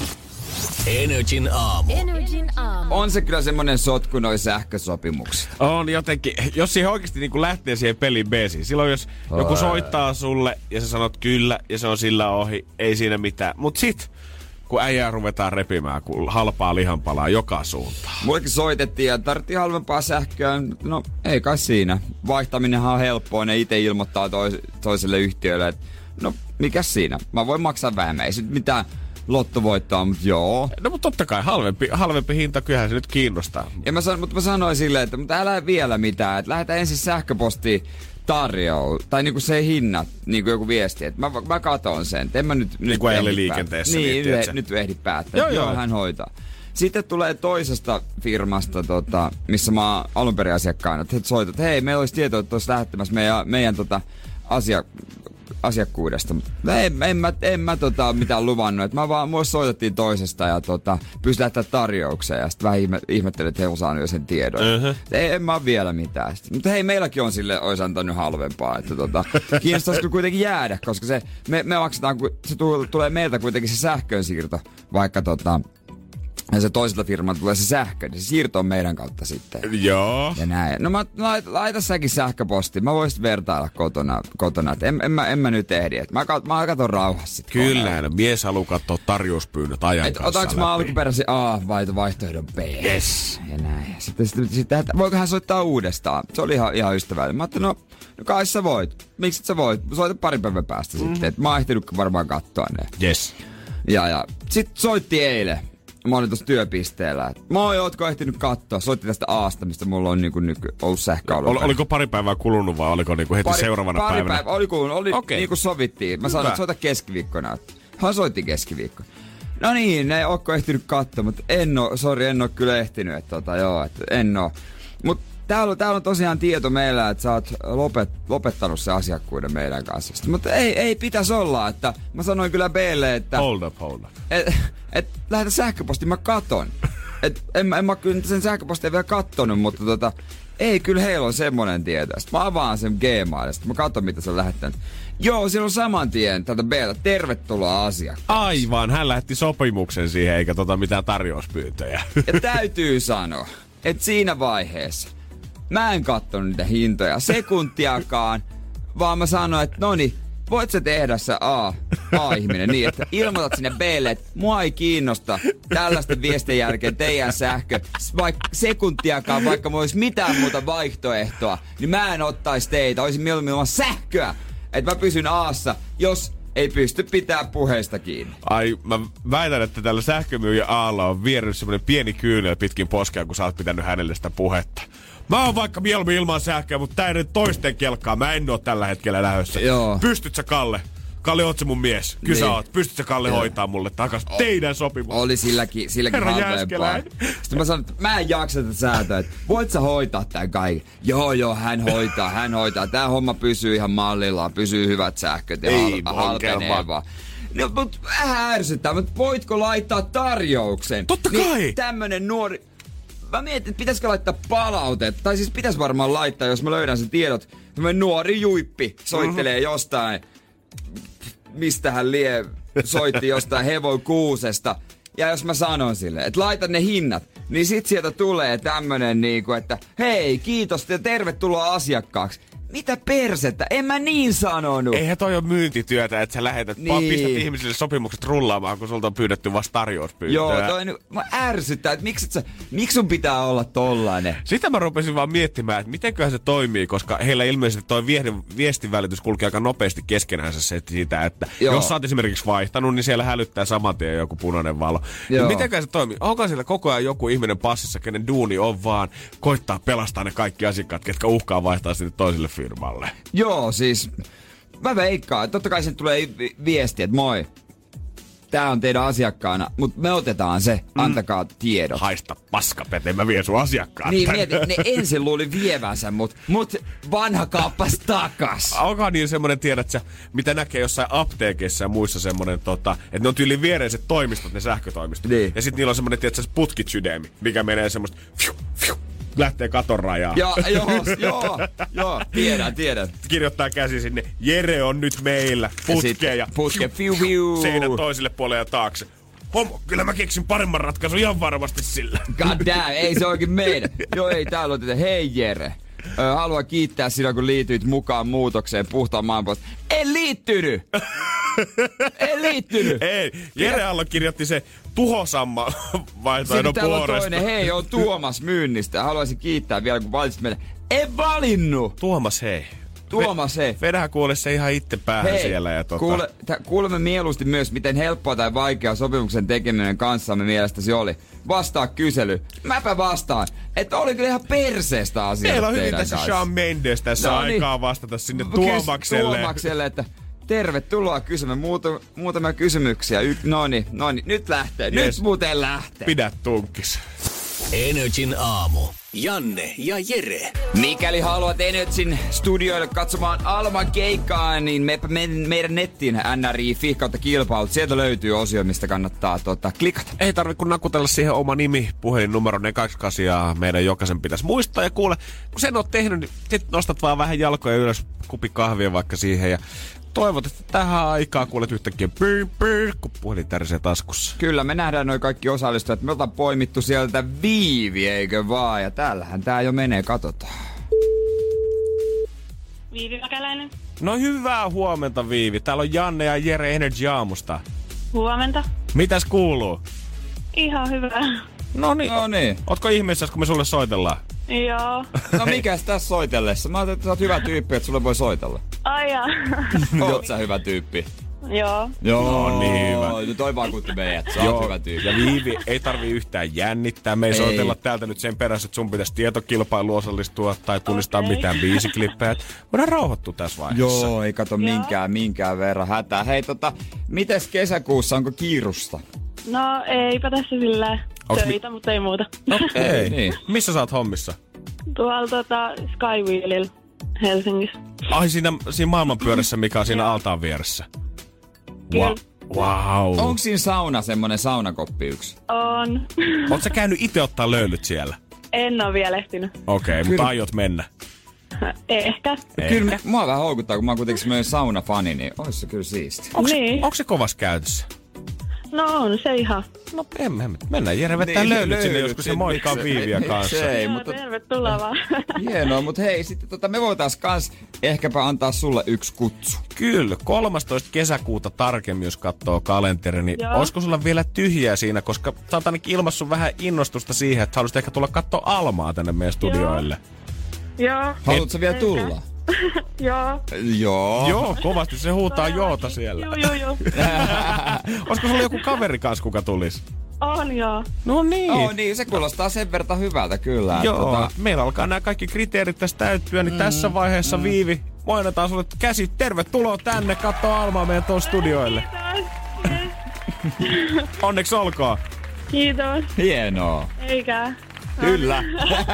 Energin aamu. Energin aamu. On se kyllä semmonen sotku noi sähkösopimukset. On jotenkin, jos siihen oikeesti niin lähtee siihen pelin beesiin. Silloin jos oh. joku soittaa sulle ja sä sanot kyllä ja se on sillä ohi, ei siinä mitään. Mut sit, kun äijää ruvetaan repimään, kun halpaa lihanpalaa joka suuntaan. Mullekin soitettiin ja tarvittiin halvempaa sähköä. No ei kai siinä. Vaihtaminenhan on helppoa. Ne itse ilmoittaa tois, toiselle yhtiölle, että no mikäs siinä? Mä voin maksaa vähemmän. Ei sit mitään lottovoittoa, mutta joo. No mutta totta kai halvempi, halvempi hinta, kyllähän se nyt kiinnostaa. Ja mä san, mutta mä sanoin silleen, että mutta älä vielä mitään, että lähdetään ensin sähköpostiin tarjoa, tai niinku se hinnat, niinku joku viesti, että mä, mä katon sen, että en mä nyt, niin nyt kuin ehdi liikenteessä. Niin, niin nyt ehdi päättää. Joo, joo, joo, hän hoitaa. Sitten tulee toisesta firmasta, tota, missä mä oon alun perin asiakkaana, että soitat, hei, meillä olisi tietoa, että olisi lähettämässä meidän, meidän tota, asia, asiakkuudesta. En, en mä, en mä tota, mitään luvannut. Et mä vaan, mulle soitettiin toisesta ja tota, pystyi lähettämään tarjoukseen ja sitten vähän ihme, ihmettelin, että he on saanut jo sen tiedon. Uh-huh. Ei, en mä vielä mitään. Sitten, mutta hei, meilläkin on sille, olisi antanut halvempaa. Että tota, kiinnostaisiko kuitenkin jäädä, koska se, me, me maksetaan, se tulee meiltä kuitenkin se sähkönsiirto, vaikka tota, ja se toiselta firmalta tulee se sähkö, niin se siirto on meidän kautta sitten. Joo. Ja näin. No mä laita, laita säkin sähköpostiin. Mä voisin vertailla kotona. kotona. En, en, mä, en mä nyt ehdi. Et mä, kat, mä katon rauhassa sit. Kyllä, no, mies haluaa katsoa tarjouspyynnöt ajan et, kanssa otanko läpi. Mä alkuperäisen A vai vaihtoehdon B? Yes. Ja näin. Sitten, sitten, sitten voiko hän soittaa uudestaan? Se oli ihan, ihan ystävällinen. Mä ajattelin, no, no kai sä voit. Miksi sä voit? Soita pari päivän päästä mm-hmm. sitten. Et mä oon ehtinyt varmaan katsoa ne. Yes. Ja, ja. Sitten soitti eilen. Mä olin tuossa työpisteellä. Moi, ootko ehtinyt katsoa? Soitti tästä Aasta, mistä mulla on niinku nyky, ollut sähkö ollut. Ol, oliko pari päivää kulunut vai oliko niinku heti pari, seuraavana pari päivänä? Päivä, oli kulunut, oli okay. Niinku sovittiin. Mä sanoin, että soita keskiviikkona. Hän soitti keskiviikko. No niin, ne ootko ehtinyt katsoa, mutta en oo, sori, en oo kyllä ehtinyt. Että tota, joo, että en oo. Mut täällä on, täällä on tosiaan tieto meillä, että sä oot lopet, lopettanut se asiakkuuden meidän kanssa. Mutta ei, ei pitäisi olla, että mä sanoin kyllä B:lle, että Hold up, hold up. Et, et lähetä sähköpostiin, mä katon. Et en, en mä kyllä sen sähköpostia vielä kattonut, mutta tota, ei kyllä heillä on semmonen tieto. Sitten mä avaan sen Gmailista, mä katon mitä se on lähettänyt. Joo, siinä on saman tien tätä B:tä. Tervetuloa asiakkaaksi. Aivan, hän lähetti sopimuksen siihen eikä tota mitään tarjouspyyntöjä. Ja täytyy sanoa, että siinä vaiheessa mä en kattonut niitä hintoja sekuntiakaan, vaan mä sanoin, että noni, voit sä tehdä sä A, A-ihminen niin, että ilmoitat sinne B:lle, että mua ei kiinnosta tällaisten viestien jälkeen teidän sähkö, vaikka sekuntiakaan, vaikka mulla olisi mitään muuta vaihtoehtoa, niin mä en ottais teitä, olisin mieluummin ilman sähköä, että mä pysyn Aassa, jos ei pysty pitää puheesta kiinni. Ai, mä väitän, että tällä sähkömyyjä Aalla on viernyt semmonen pieni kyynel pitkin poskea, kun sä oot pitänyt hänelle sitä puhetta. Mä oon vaikka mieluummin ilman sähköä, mutta tää ei nyt toisten kelkkaa. Mä en oo tällä hetkellä lähdössä. Joo. Pystyt sä, Kalle? Kalle, oot sä mun mies? Kyllä niin. Sä oot. Pystyt sä, Kalle, Joo. hoitaa mulle takas o- teidän sopimus? Oli silläkin, silläkin halvempaa. Sitten mä sanoin, että mä en jaksa tätä säätöä, että voit sä hoitaa tän kaiken? Joo, joo, hän hoitaa, hän hoitaa. Tää homma pysyy ihan mallillaan, pysyy hyvät sähköt ja ei hal- halpenee vaan. No, mut vähän ärsyttää, mutta voitko laittaa tarjouksen? Totta kai! Niin, tämmönen nuori... Mä mietin, että pitäisikö laittaa palautetta. Tai siis pitäis varmaan laittaa, jos mä löydän sen tiedot. Tämmönen nuori juippi soittelee mm-hmm. jostain... Mistä hän lie soitti jostain Hevon kuusesta. Ja jos mä sanon sille, että laita ne hinnat, niin sit sieltä tulee tämmönen niinku, että hei, kiitos ja tervetuloa asiakkaaksi. Mitä persettä? En mä niin sanonut. Eihän toi ole myyntityötä, että sä lähetät, niin. vaan pistät ihmisille sopimukset rullaamaan, kun sulta on pyydetty vasta tarjouspyyntöä. Joo, toi mä ärsyttää, että miksi, sä, miksi sun pitää olla tollainen? Sitä mä rupesin vaan miettimään, että mitenköhän se toimii, koska heillä ilmeisesti toi viestinvälitys kulkee aika nopeasti keskenänsä se siitä, että Joo. jos sä oot esimerkiksi vaihtanut, niin siellä hälyttää saman tien joku punainen valo. Niin mitenköhän se toimii? Onko siellä koko ajan joku ihminen passissa, kenen duuni on vaan koittaa pelastaa ne kaikki asiakkaat, ketkä uhkaa vaihtaa sitten toiselle firmalle? Joo, siis mä veikkaan, totta kai sen tulee viesti, että moi, tää on teidän asiakkaana, mutta me otetaan se, antakaa tiedot. Haista paskapete, mä vien sun asiakkaan. Niin mieti, ne ensin luuli vievänsä, mut, mut vanha kaappas takas. Onkohan niin semmonen, tiedätkö, mitä näkee jossain apteekeissa ja muissa semmonen, tota, että ne on tyyliin viereiset toimistot, ne sähkötoimistot. Niin. Ja sit niillä on semmonen, tiedätkö, putkitsydämi, mikä menee semmoista fiu, fiu, lähtee katon rajaa. Joo, joo, joo, joo, tiedän, tiedän. Kirjoittaa käsi sinne, Jere on nyt meillä, putkeen ja, putke, fiu, fiu. Seinän toiselle puolelle ja taakse. Homo, kyllä mä keksin paremman ratkaisun ihan varmasti sillä. God damn, ei se oikein meidän. Joo, ei täällä on tätä, hei Jere. Ö, haluan kiittää sinua, kun liityit mukaan muutokseen puhtaan maan puolesta. En liittynyt! En liittynyt! Ei, Jere Allo kirjoitti se tuhosamma vaihtoehdon täällä puolesta. On toinen, hei, on Tuomas myynnistä. Haluaisin kiittää vielä, kun valitsit meille. En valinnut! Tuomas, hei. Tuomas, hei. Vedähän kuule se ihan itse päähän hei, siellä. Ja tota... kuule, t- kuulemme mieluusti myös, miten helppoa tai vaikeaa sopimuksen tekeminen kanssamme mielestäsi oli. Vastaa kysely. Mäpä vastaan, että oli kyllä ihan perseestä asiaa. Meillä on hyvin tässä Shawn Mendes tässä no, aikaa niin. vastata sinne Tuomakselle. Tuomakselle, että tervetuloa kysymään muuta, muutamia kysymyksiä. Y- noniin, noniin, nyt lähtee. Yes. Nyt muuten lähtee. Pidä tunkkis. Energin aamu. Janne ja Jere. Mikäli haluat Energin studioille katsomaan Alman keikkaa, niin meipä me, meidän nettiin N R I piste Fi kautta kilpailut. Sieltä löytyy osio, mistä kannattaa tota, klikata. Ei tarvitse kun nakutella siihen oma nimi, puhelinnumero, ne kaksi kasiaa meidän jokaisen pitäisi muistaa. Ja kuule, kun sen oot tehnyt, niin sit nostat vaan vähän jalkoja ylös, kupi kahvia vaikka siihen ja toivot, että tähän aikaan kuulet yhtäkkiä pyy, pyy, kun puhelin tärisee taskussa. Kyllä, me nähdään noi kaikki osallistujat. Me ollaan poimittu sieltä Viivi, eikö vaan? Ja täällähän tää jo menee, katsotaan. Viivi Mäkäläinen. No hyvää huomenta, Viivi. Täällä on Janne ja Jere Energy aamusta. Huomenta. Mitäs kuuluu? Ihan hyvä. No niin. No niin. Ootko ihmeessä, kun me sulle soitellaan? Joo. No mikäs tässä soitellessa? Mä ajattelin, että sä oot hyvä tyyppi, että sulle voi soitella. Ai jaa. Oot sä hyvä tyyppi? Joo. Joo, no, niin hyvä. No toi vakuutti meidät, sä oot hyvä tyyppi. Ja Viivi, ei tarvii yhtään jännittää. Me ei, ei soitella täältä nyt sen perässä, että sun pitäisi tietokilpailu osallistua tai tunnistaa okay. mitään biisiklippejä. Voidaan rauhoittua tässä vaiheessa. Joo, ei kato minkään, minkään verran hätää. Hei tota, mites kesäkuussa, onko kiirusta? No eipä tässä sillä töitä, mi- mutta ei muuta. Okei. Okay. Niin. Missä sä oot hommissa? Tuolla tota Skywheelilla Helsingissä. Ai siinä, siinä maailmanpyörässä, mikä on siinä altaan vieressä. Wow. Wow. Onko siinä sauna, semmonen saunakoppi yksi? On. Oot sä käynyt itse ottaa löylyt siellä? En oo vielä ehtinyt. Okei, okay, mutta aiot mennä? Ehkä. Kyllä Ehkä. Mua vähän houkuttaa, kun mä oon kuitenkin semmoinen saunafani, niin ois se kyllä siisti. Onko niin. se, onko se kovas käytössä? No on se ihan. No emme, mennään Jere vetää niin, löylyt sinne joskus ja moikkaa Viiviä kanssa. Ei, mutta tervetuloa vaan. Hienoa, mutta hei, sitten tota, me voitais kans ehkäpä antaa sulle yksi kutsu. Kyllä, kolmastoista kesäkuuta tarkemmin, jos katsoo kalenteri, niin joo. Olisiko sulla vielä tyhjää siinä, koska sä oot ainakin ilmassut vähän innostusta siihen, että haluaisit ehkä tulla katsoa Almaa tänne meidän studioille. Joo. Haluatko vielä tulla? Joo. Joo. Joo, kovasti se huutaa joota siellä. Joo, joo, joo. Olisiko sulla joku kaveri kanssa, kuka tulisi? On, joo. No niin. Oh, niin, se kuulostaa sen verran hyvältä kyllä. Joo, tota... meillä alkaa nämä kaikki kriteerit tässä täyttyä, niin mm, tässä vaiheessa mm. Viivi, mainitaan sulle käsi. Tervetuloa tänne, kattoo Almaa meidän tuon studioille. Kiitos. Onneksi olkoon. Kiitos. Hienoa. Eikä. Kyllä.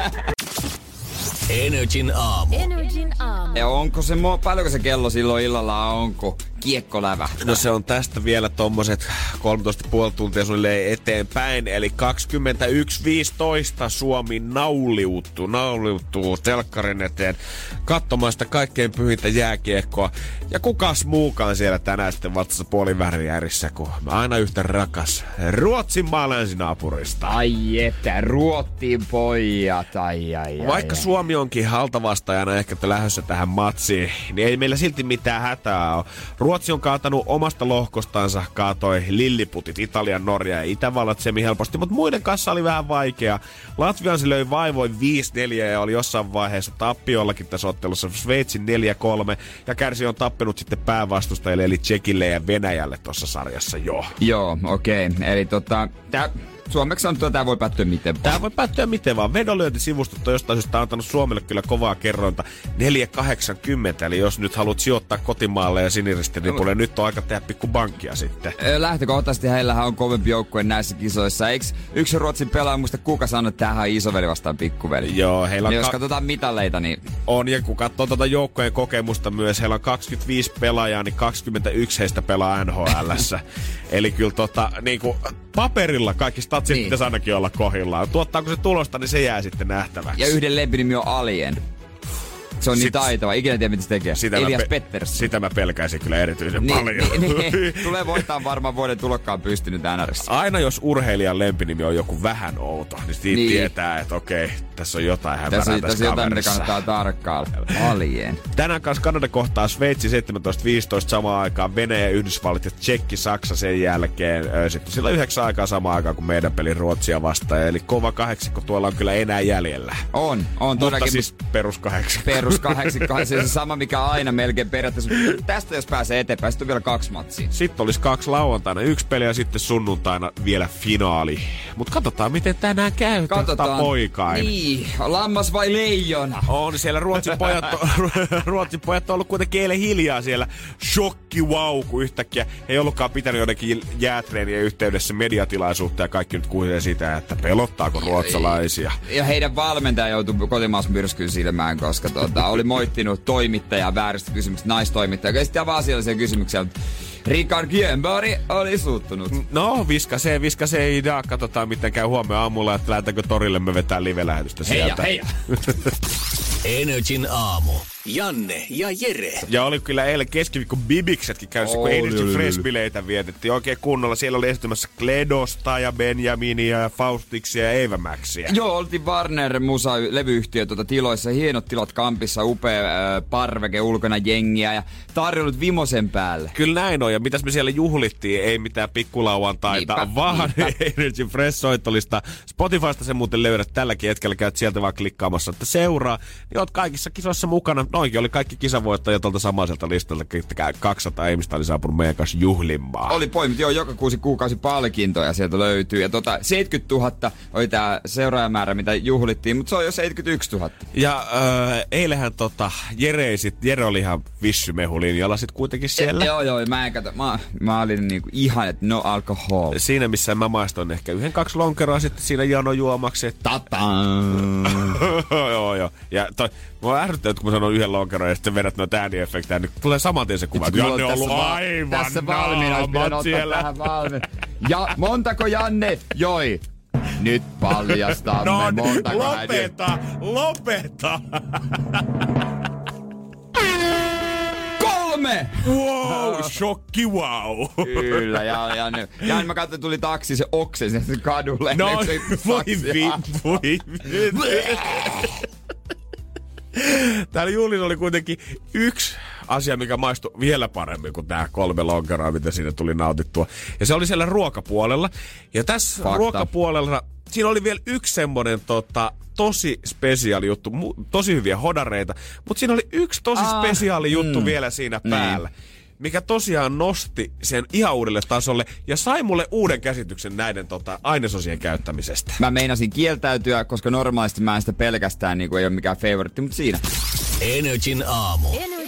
Energin aamu. Energin aamu. Ja onko se, paljonko se kello silloin illalla on, kun kiekko lävähtää? No se on tästä vielä tommoset kolmetoista pilkku viisi tuntia suunnilleen eteenpäin. Eli kaksikymmentäyksi viisitoista Suomi nauliuttuu, nauliuttuu telkkarin eteen katsomaan sitä kaikkein pyhintä jääkiekkoa. Ja kukas muukaan siellä tänään sitten vatsassa puoliväriärissä, kun aina yhtä rakas Ruotsin maa länsinaapurista. Ai että, Ruotsin pojat, ai ai ai. Vaikka ai. Suomi onkin haltavastaajana ehkä lähdössä tähän matsiin, niin ei meillä silti mitään hätää ole. Ruotsi on kaatanut omasta lohkostansa, kaatoi lilliputit Italian, Norja ja Itävallat semi helposti, mutta muiden kanssa oli vähän vaikea. Latvian se löi vaivoin viisi neljä ja oli jossain vaiheessa tappiollakin tässä ottelussa Sveitsin neljä kolme ja kärsi on tappenut sitten päävastustajille eli Tsekille ja Venäjälle tuossa sarjassa jo. Joo, okei. Okay. Eli tota, tää... Suomeksi sanottuna että tämä voi päättyä miten vaan. Tämä voi päättyä miten vaan. Vedonlyöntisivustot on jostain syystä antanut Suomelle kyllä kovaa kerrointa neljä kahdeksankymmentä. Eli jos nyt haluat sijoittaa kotimaalle ja siniristilipulle, no, nyt on aika tehdä pikku bankkia sitten. Lähtökohtaisesti heillähän on kovempi joukkue näissä kisoissa. Eikö yksi Ruotsin pelaaja muista kuka sanoi, että tämähän on isoveli vastaan pikkuveli? Joo, heillä on... Niin ka- jos katsotaan mitaleita, niin... On, ja kun katsoo tuota joukkojen kokemusta myös, heillä on kaksikymmentäviisi pelaajaa, niin kaksikymmentäyksi heistä pelaa N H L:ssä. Eli kyllä tota, niinku, paperilla kaikki statsit niin pitäisi ainakin olla kohdillaan. Tuottaako se tulosta, niin se jää sitten nähtäväksi. Ja yhden lempinimi on Alien. Se on Sit, niin taitava. Ikinä tiedä, mitä se tekee. Elias pe- Pettersson. Sitä mä pelkäisin kyllä erityisen niin, paljon. Niin, niin. Tulee voittaa varmaan vuoden tulokkaan pystynyt N R:ssä. Aina jos urheilijan lempinimi on joku vähän outo, niin siitä niin tietää, että okei, tässä on jotain hämärää tässä kaverissa. Tässä jotain, mitä kannattaa tarkkailla. Alien. Tänään kanssa Kanada kohtaa Sveitsi seitsemäntoista viisitoista samaan aikaan, Venäjä, Yhdysvallit ja Tsekki, Saksa sen jälkeen. Sitten sillä yhdeksän aikaa samaan aikaan kuin meidän peli Ruotsia vastaan. Eli kova kahdeksikko tuolla on kyllä enää jäljellä. On, on todellakin. Mutta siis perus kahdeksikko. Perus kahdeksikko. Se on se sama, mikä aina melkein periaatteessa. Tästä jos pääsee eteenpäin, sitten on vielä kaksi matsia. Sitten olisi kaksi lauantaina, yksi peli ja sitten sunnuntaina vielä finaali. Mutta katsotaan, miten tänään käy. Katsotaan. Poikain. Niin, lammas vai leijona? On siellä Ruotsin pojat, on, Ruotsin pojat on ollut kuitenkin eilen hiljaa siellä. Shokki wow, kun yhtäkkiä he ei ollutkaan pitänyt jotenkin jäätreenien yhteydessä mediatilaisuutta ja kaikki nyt kuulee sitä, että pelottaako ruotsalaisia. Ja, ja heidän valmentaja joutui kotimaassa myrskyyn silmään, koska tuota, oli moittinut toimittajaa vääristä kysymyksistä, naistoimittaja. Ja sitten vaan asiallisia kysymyksiä. Richard Kjönberg oli suuttunut. No, viskasee, viskasee ei daa. Katsotaan, miten käy huomenna aamulla, että lähdetäänkö torille me vetää live-lähetystä sieltä. Heija, heija. Energin aamu. Janne ja Jere. Ja oli kyllä eilen keskiviikko Bibiksetkin käynnissä, kun Energy Fresh-bileitä vietettiin oikein kunnolla. Siellä oli esiintymässä Kledosta ja Benjaminia ja Faustiksia ja Eva Maxia. Joo, oltiin Warner Musa-levyyhtiö tuota tiloissa. Hienot tilat kampissa, upea äh, parveke ulkona jengiä ja tarjollut vimosen päälle. Kyllä näin on. Ja mitäs me siellä juhlittiin? Ei mitään pikkulauantaita, niinpä, vaan niinpä. Energy Fresh-soittolista. Spotifysta se muuten löydät tälläkin hetkellä. Käyt sieltä vaan klikkaamassa, että seuraa. Niin oot kaikissa kisoissa mukana. Noinkin oli kaikki kisavoittajia tuolta samaiselta listalta. kaksisataa ihmistä oli saapunut meidän kanssa juhlimaan. Oli poimit, joo, joka kuusi kuukausi palkintoja sieltä löytyy. Ja tota, seitsemänkymmentätuhatta oli tää seuraajamäärä, mitä juhlittiin, mutta se on jo seitsemänkymmentäyksituhatta. Ja äh, eilähän tota, Jere, sit, Jere oli ihan vissymehulinjalla sit kuitenkin siellä. E, joo, joo, mä en kato, mä, mä olin niinku ihan, että no alcohol. Siinä missä mä maistoin ehkä yhden kaksi lonkeroa sitten siinä janojuomaksi. Tataan! joo, joo. Ja toi, mä ärsyttää, kun mä sanon yhden lonkeron ja sitten vedät noita ääniefektejä, niin tulee saman tien se kuva. Janne on ollut va- aivan tässä valmiina, olisi pitänyt ottaa tähän valmiina. Ja montako Janne joi? Nyt paljastamme no, montako lopeta, lopeta! Kolme! Kolme! Wow, shokki wow. Kyllä, ja, ja, ja, ja mä katsoin, tuli taksi, se oksensi sen kadulle. No, voi vi, voi vi. Täällä Julissa oli kuitenkin yksi asia, mikä maistui vielä paremmin kuin tää kolme lonkeroa, mitä siinä tuli nautittua. Ja se oli siellä ruokapuolella. Ja tässä Fakta. ruokapuolella siinä oli vielä yksi semmonen tota, tosi spesiaali juttu, mu- tosi hyviä hodareita, mutta siinä oli yksi tosi ah, spesiaali juttu mm, vielä siinä päällä. Niin. Mikä tosiaan nosti sen ihan uudelle tasolle ja sai mulle uuden käsityksen näiden tota, ainesosien käyttämisestä. Mä meinasin kieltäytyä, koska normaalisti mä en sitä pelkästään niin kuin ei ole mikään favoritti, mutta siinä. Energin aamu.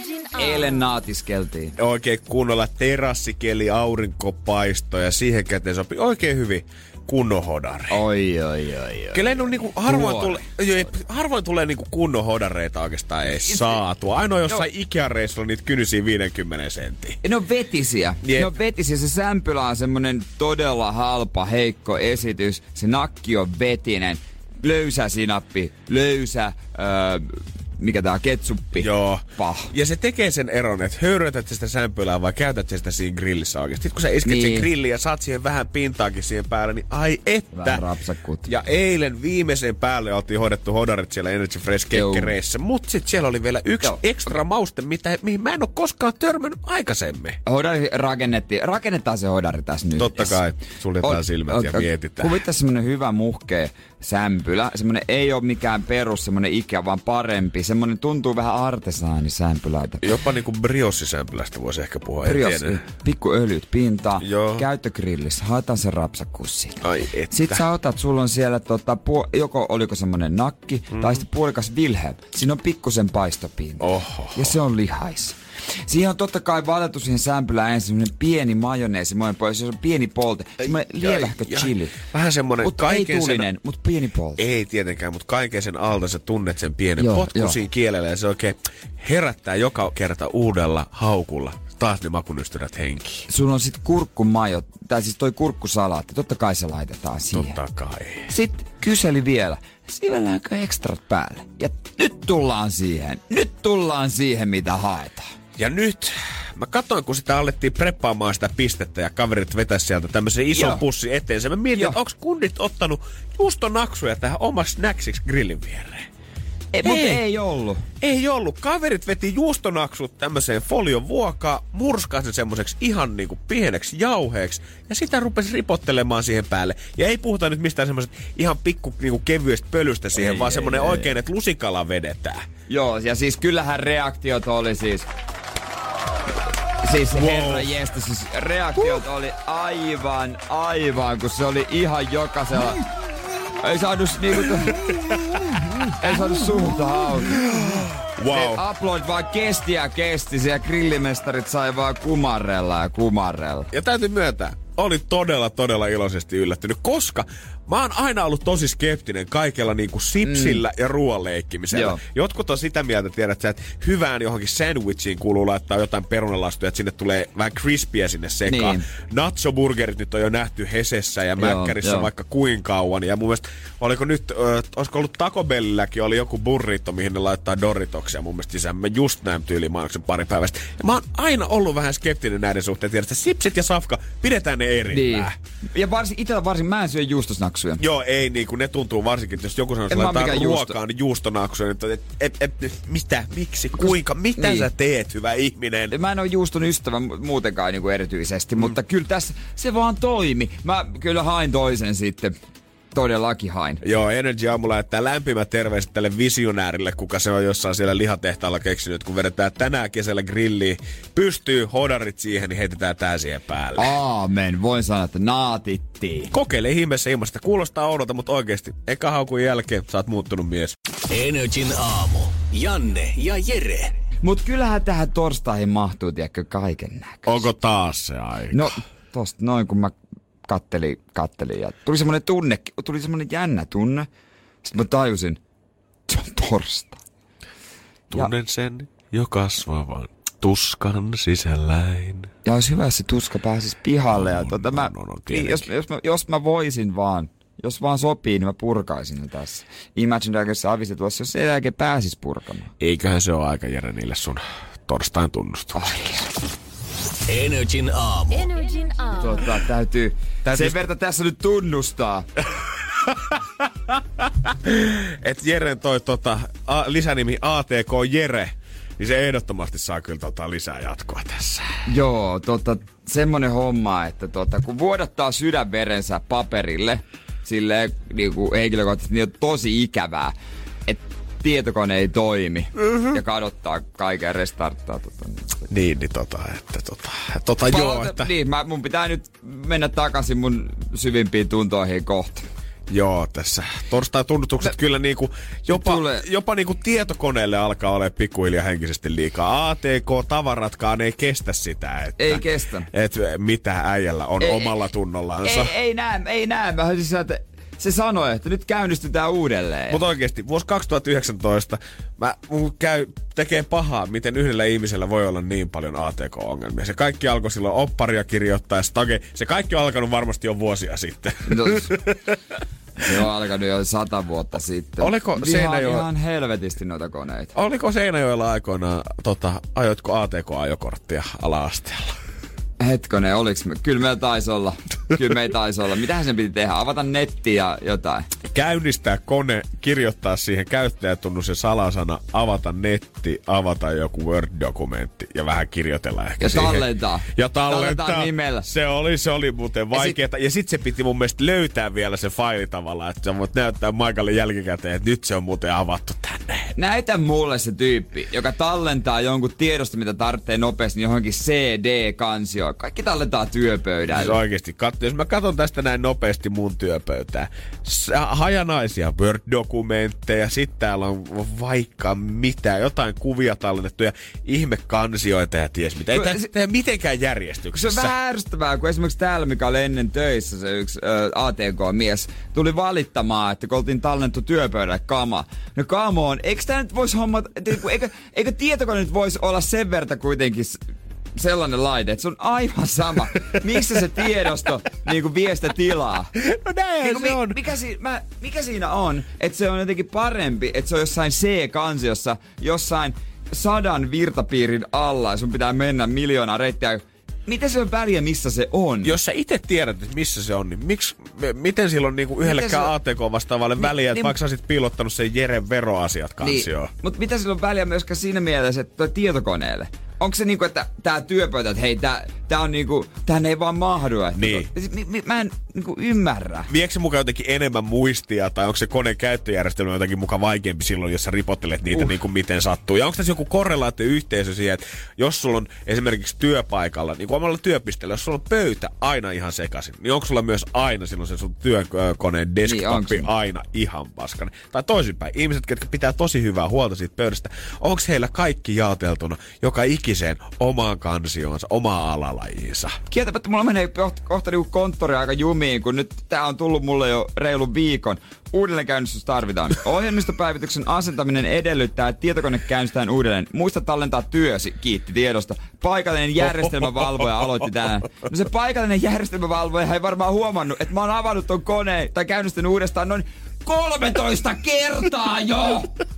Eilen naatiskeltiin. Oikein kunnolla terassikeli, aurinkopaisto ja siihen käteen sopii oikein hyvin kunnon hodari. Oi, oi, oi, oi. Kyllä en ole niinku, harvoin, tule, harvoin tulee niinku kunnon hodareita oikeastaan edes saatua. Ainoa jossain no. Ikea-reissulla niitä kynysiä viisikymmentä senttiä. Ne on vetisiä. Yep. Ne on vetisiä. Se sämpylä on semmonen todella halpa, heikko esitys. Se nakki on vetinen. Löysä sinappi, löysä... Öö, mikä tää on, ketsuppi. Joo. Pah. Ja se tekee sen eron, että höyrytät sitä sämpylää vai käytät sitä siinä grillissä oikeesti. Sitten kun sä isket niin. sen grillin ja saat siihen vähän pintaakin siihen päälle, niin ai että. Vähän rapsakut. Ja eilen viimeisen päälle oltiin hoidettu hodarit siellä Energy Fresh kekkereissä. Mut sit siellä oli vielä yksi Joo. ekstra mauste, mitä, mihin mä en oo koskaan törmännyt aikaisemmin. Hodari rakennettiin. Rakennetaan se hodari tässä nyt. Totta kai. Suljetaan o- silmät o- ja o- mietitään. Kuvittaa semmonen hyvä muhkea sämpylä. Semmonen ei oo mikään perus, semmonen Ikea, vaan parempi. Semmonen tuntuu vähän artesaanisämpylältä. Jopa niinku briossisämpylästä voisi ehkä puhua. Briossi. Pikku öljyt pintaan. Joo. Käyttögrillissä. Haetaan se rapsakkuus siitä. Ai että. Sitten sä otat, sulla on siellä tota, puo- joko oliko semmonen nakki, mm. tai sitten puolikas Wilhelm. Siinä on pikkusen paistopinta. Oho. Ja se on lihais. Siihen on totta kai valittu siihen sämpylään ensin semmonen pieni majoneesi monen pois, se on pieni polte, semmonen lielähkö chili. Vähän semmonen mut kaiken ei tulinen, sen... mut pieni polte. Ei tietenkään, mut kaiken sen alta sä tunnet sen pienen potku siinä kielellä ja se oikein herättää joka kerta uudella haukulla. Taas ne makunystyrät henkiin. Sulla on sit kurkkumajo, tai siis toi kurkkusalaatti, totta kai se laitetaan siihen. Totta kai. Sitten kyseli vielä, sivelläänkö ekstrat päälle? Ja nyt tullaan siihen, nyt tullaan siihen mitä haetaan. Ja nyt, mä katsoin, kun sitä alettiin preppaamaan sitä pistettä ja kaverit vetäisi sieltä tämmöisen ison Joo. pussin eteensä. Mä mietin, että onks kundit ottanut juustonaksuja tähän omas snacksiksi grillin viereen. Ei, ei, mutta ei ollut. Ei ollut. Kaverit veti juustonaksut tämmöiseen folion vuokaan, murskasi sen semmoiseksi ihan niinku pieneksi jauheeksi ja sitä rupesi ripottelemaan siihen päälle. Ja ei puhuta nyt mistään semmoisesta ihan pikku niinku kevyestä pölystä siihen, ei, vaan semmoinen oikein, että lusikalla vedetään. Joo, ja siis kyllähän reaktiot oli siis... Siis wow. herra jestä, siis reaktiot uh. oli aivan, aivan, kun se oli ihan jokaisella... Ei saanut niinku... Ei saanut suuta hauta. Wow. Upload vaan kesti ja kesti. Siellä grillimestarit sai vaan kumarrella ja kumarrella. Ja täytyy myöntää, oli todella, todella iloisesti yllättynyt, koska mä oon aina ollut tosi skeptinen kaikella niinku sipsillä mm. ja ruoan leikkimisellä. Joo. Jotkut on sitä mieltä, tiedät sä, että hyvään johonkin sandwichiin kuuluu laittaa jotain perunalastuja, että sinne tulee vähän crispiä sinne sekaan. Niin. Nacho-burgerit nyt on jo nähty Hesessä ja Mäkkärissä vaikka kuinka kauan. Ja mun mielestä, oliko nyt, äh, olisiko ollut Taco Bellilläkin, oli joku burrito, mihin ne laittaa Doritoksia mun mielestä sisään. Mä just näin tyyliin mainoksen pari päivästä. Ja mä oon aina ollut vähän skeptinen näiden suhteen, tiedät sä, sipsit ja safka, pidetään ne erillään. Niin. Ja varsin, itellä varsin mä en syö juustosnaksuja. Joo, ei niinku, ne tuntuu varsinkin, että jos joku sanoo, että laitetaan ruokaan juusto. juustonaksuja, niin et, et, et, et, mistä, miksi, kuinka, mitä niin. sä teet, hyvä ihminen? Mä en oo juuston ystävä muutenkaan niinku erityisesti, mm. mutta kyllä tässä se vaan toimi. Mä kyllä hain toisen sitten. Todellakin hain. Joo, Energy aamulla lähettää lämpimät terveiset tälle visionäärille, kuka se on jossain siellä lihatehtaalla keksinyt, kun vedetään tänään kesällä grilliin. Pystyy hodarit siihen, niin heitetään tää siihen päälle. Aamen, voin sanoa, että naatittiin. Kokeile ihmeessä ilmasta. Kuulostaa oudolta, mutta oikeesti, eka haukun jälkeen sä oot muuttunut mies. Energin aamu. Janne ja Jere. Mut kyllähän tähän torstaihin mahtuu, tiedätkö, kaiken näköistä. Onko taas se aika? No, tosta noin kun mä kattelin, kattelin ja tuli semmonen tunne, tuli semmonen jännä tunne. Sitten mä tajusin, se on torstai. Tunnen ja, sen jo kasvavan tuskan sisälläin. Ja olisi hyvä, jos se tuska pääsisi pihalle. No, ja tuota, no, mä, no, no, niin, jos, jos, mä, jos mä voisin vaan, jos vaan sopii, niin mä purkaisin ne tässä. Imagine Dragonsin avisi tuossa, jos ei jälkeen pääsis purkamaan. Eiköhän se ole aika, Jere, niille sun torstain tunnustukset. Energin aamu. Energin aamu. Tota, täytyy, täytyy... sen verta tässä nyt tunnustaa. Et Jeren toi tota, a, lisänimi A T K Jere, niin se ehdottomasti saa kyllä tota lisää jatkoa tässä. Joo, tota, semmonen homma, että tota, kun vuodattaa sydänverensä paperille, silleen niinku henkilökohtaisesti, niin on tosi ikävää, että tietokone ei toimi mm-hmm. ja kadottaa kaiken ja restarttaa. Tota, niin, niin tota, että tota, tota Palauta, joo, että... Niin, mä, mun pitää nyt mennä takaisin mun syvimpiin tuntoihin kohta. Joo, tässä torstai tunnutukset kyllä niinku, jopa, jopa niinku tietokoneelle alkaa olla pikkuhiljaa henkisesti liikaa. A T K-tavaratkaan ei kestä sitä, että... Ei kestä. Että mitä äijällä on ei, omalla tunnollansa. Ei, ei näe, ei näe. Mä siis, että se sanoi, että nyt käynnistytään uudelleen. Mutta oikeesti, vuosi kaksituhattayhdeksäntoista mä, mun käy, tekee pahaa, miten yhdellä ihmisellä voi olla niin paljon A T K-ongelmia. Se kaikki alkoi silloin opparia kirjoittaa ja stage. Se kaikki on alkanut varmasti jo vuosia sitten. No, se on alkanut jo sata vuotta sitten. Oliko Seinäjoella... Ihan helvetisti noita koneita. Oliko Seinäjoella aikoinaan, tota, ajoitko A T K-ajokorttia ala-asteella? Hetkonen, oliks me? Kyllä meillä taisi olla. Kyllä meillä taisi olla. Mitähän sen piti tehdä? Avata netti ja jotain. Käynnistää kone, kirjoittaa siihen käyttäjätunnus ja salasana, avata netti, avata joku Word-dokumentti ja vähän kirjoitella ehkä ja siihen. Tallentaa. Ja tallentaa. Tallentaa nimellä. Se oli, se oli muuten vaikeeta. Ja, sit, ja sit se piti mun mielestä löytää vielä se faili tavallaan, että sä voit näyttää Maikalle jälkikäteen, että nyt se on muuten avattu tänne. Näytä mulle se tyyppi, joka tallentaa jonkun tiedosta, mitä tarvitsee nopeasti johonkin C D-kansioon. Kaikki tallentaa työpöydälle. Siis oikeesti, katso, jos mä katson tästä näin nopeasti mun työpöytää. Hajanaisia Word-dokumentteja, sit täällä on vaikka mitä, jotain kuvia tallennettuja, ihmekansioita ja ties mitä. Ei tää tehdä mitenkään järjestyksessä. Se on vähän ärsyttävää, kun esimerkiksi täällä, mikä oli ennen töissä, se yksi ä, A T K-mies, tuli valittamaan, että kun oltiin tallennettu työpöydälle kama. No come on, eikö tää nyt vois hommata, eikö, eikö tietokone nyt vois olla sen verta kuitenkin sellainen laite, että se on aivan sama, missä se tiedosto niinku vie sitä tilaa. No näinhän niinku, se mi- on. Mikä, si- mä, mikä siinä on, että se on jotenkin parempi, että se on jossain C-kansiossa, jossain sadan virtapiirin alla ja sun pitää mennä miljoonaa reittiä. Miten se on väliä, missä se on? Jos sä itse tiedät, että missä se on, niin miksi, miten silloin niinku yhdellekään A T K-vastaavalle väliä, että niin, vaikka sä olisit piilottanut sen Jeren veroasiat kansioon? Niin, mutta mitä sillä on väliä myöskään siinä mielessä, että tietokoneelle? Onko se niinku, että tää työpöytä, että hei, tää, tää on niinku, tähän ei vaan mahdu. Niin. Mi, mi, mä en niinku ymmärrä. Viekö se mukaan jotenkin enemmän muistia, tai onko se koneen käyttöjärjestelmä jotenkin mukaan vaikeampi silloin, jos sä ripottelet niitä uh. niinku miten sattuu? Ja onko tässä joku korrelaatio-yhteisö siihen, että jos sulla on esimerkiksi työpaikalla, niin kuin omalla työpisteellä, jos sulla on pöytä aina ihan sekaisin, niin onko sulla myös aina silloin se sun työkoneen desktopi niin, aina ihan paskainen? Tai toisinpäin, ihmiset, jotka pitää tosi hyvää huolta siitä pöydästä, onko heillä kaikki jaoteltuna joka ikiseen omaan kansioonsa, omaan alalajiinsa? Kieltämättä mulla menee kohta, kohta niinku konttori aika jumiin, kun nyt tää on tullut mulle jo reilun viikon. Uudelleenkäynnistys tarvitaan. Ohjelmistopäivityksen asentaminen edellyttää, että tietokone käynnistetään uudelleen. Muista tallentaa työsi, kiitti tiedosta. Paikallinen järjestelmävalvoja aloitti tänään. No se paikallinen järjestelmävalvoja ei varmaan huomannut, että mä oon avannut ton koneen tai käynnistänyt uudestaan noin kolmetoista kertaa jo!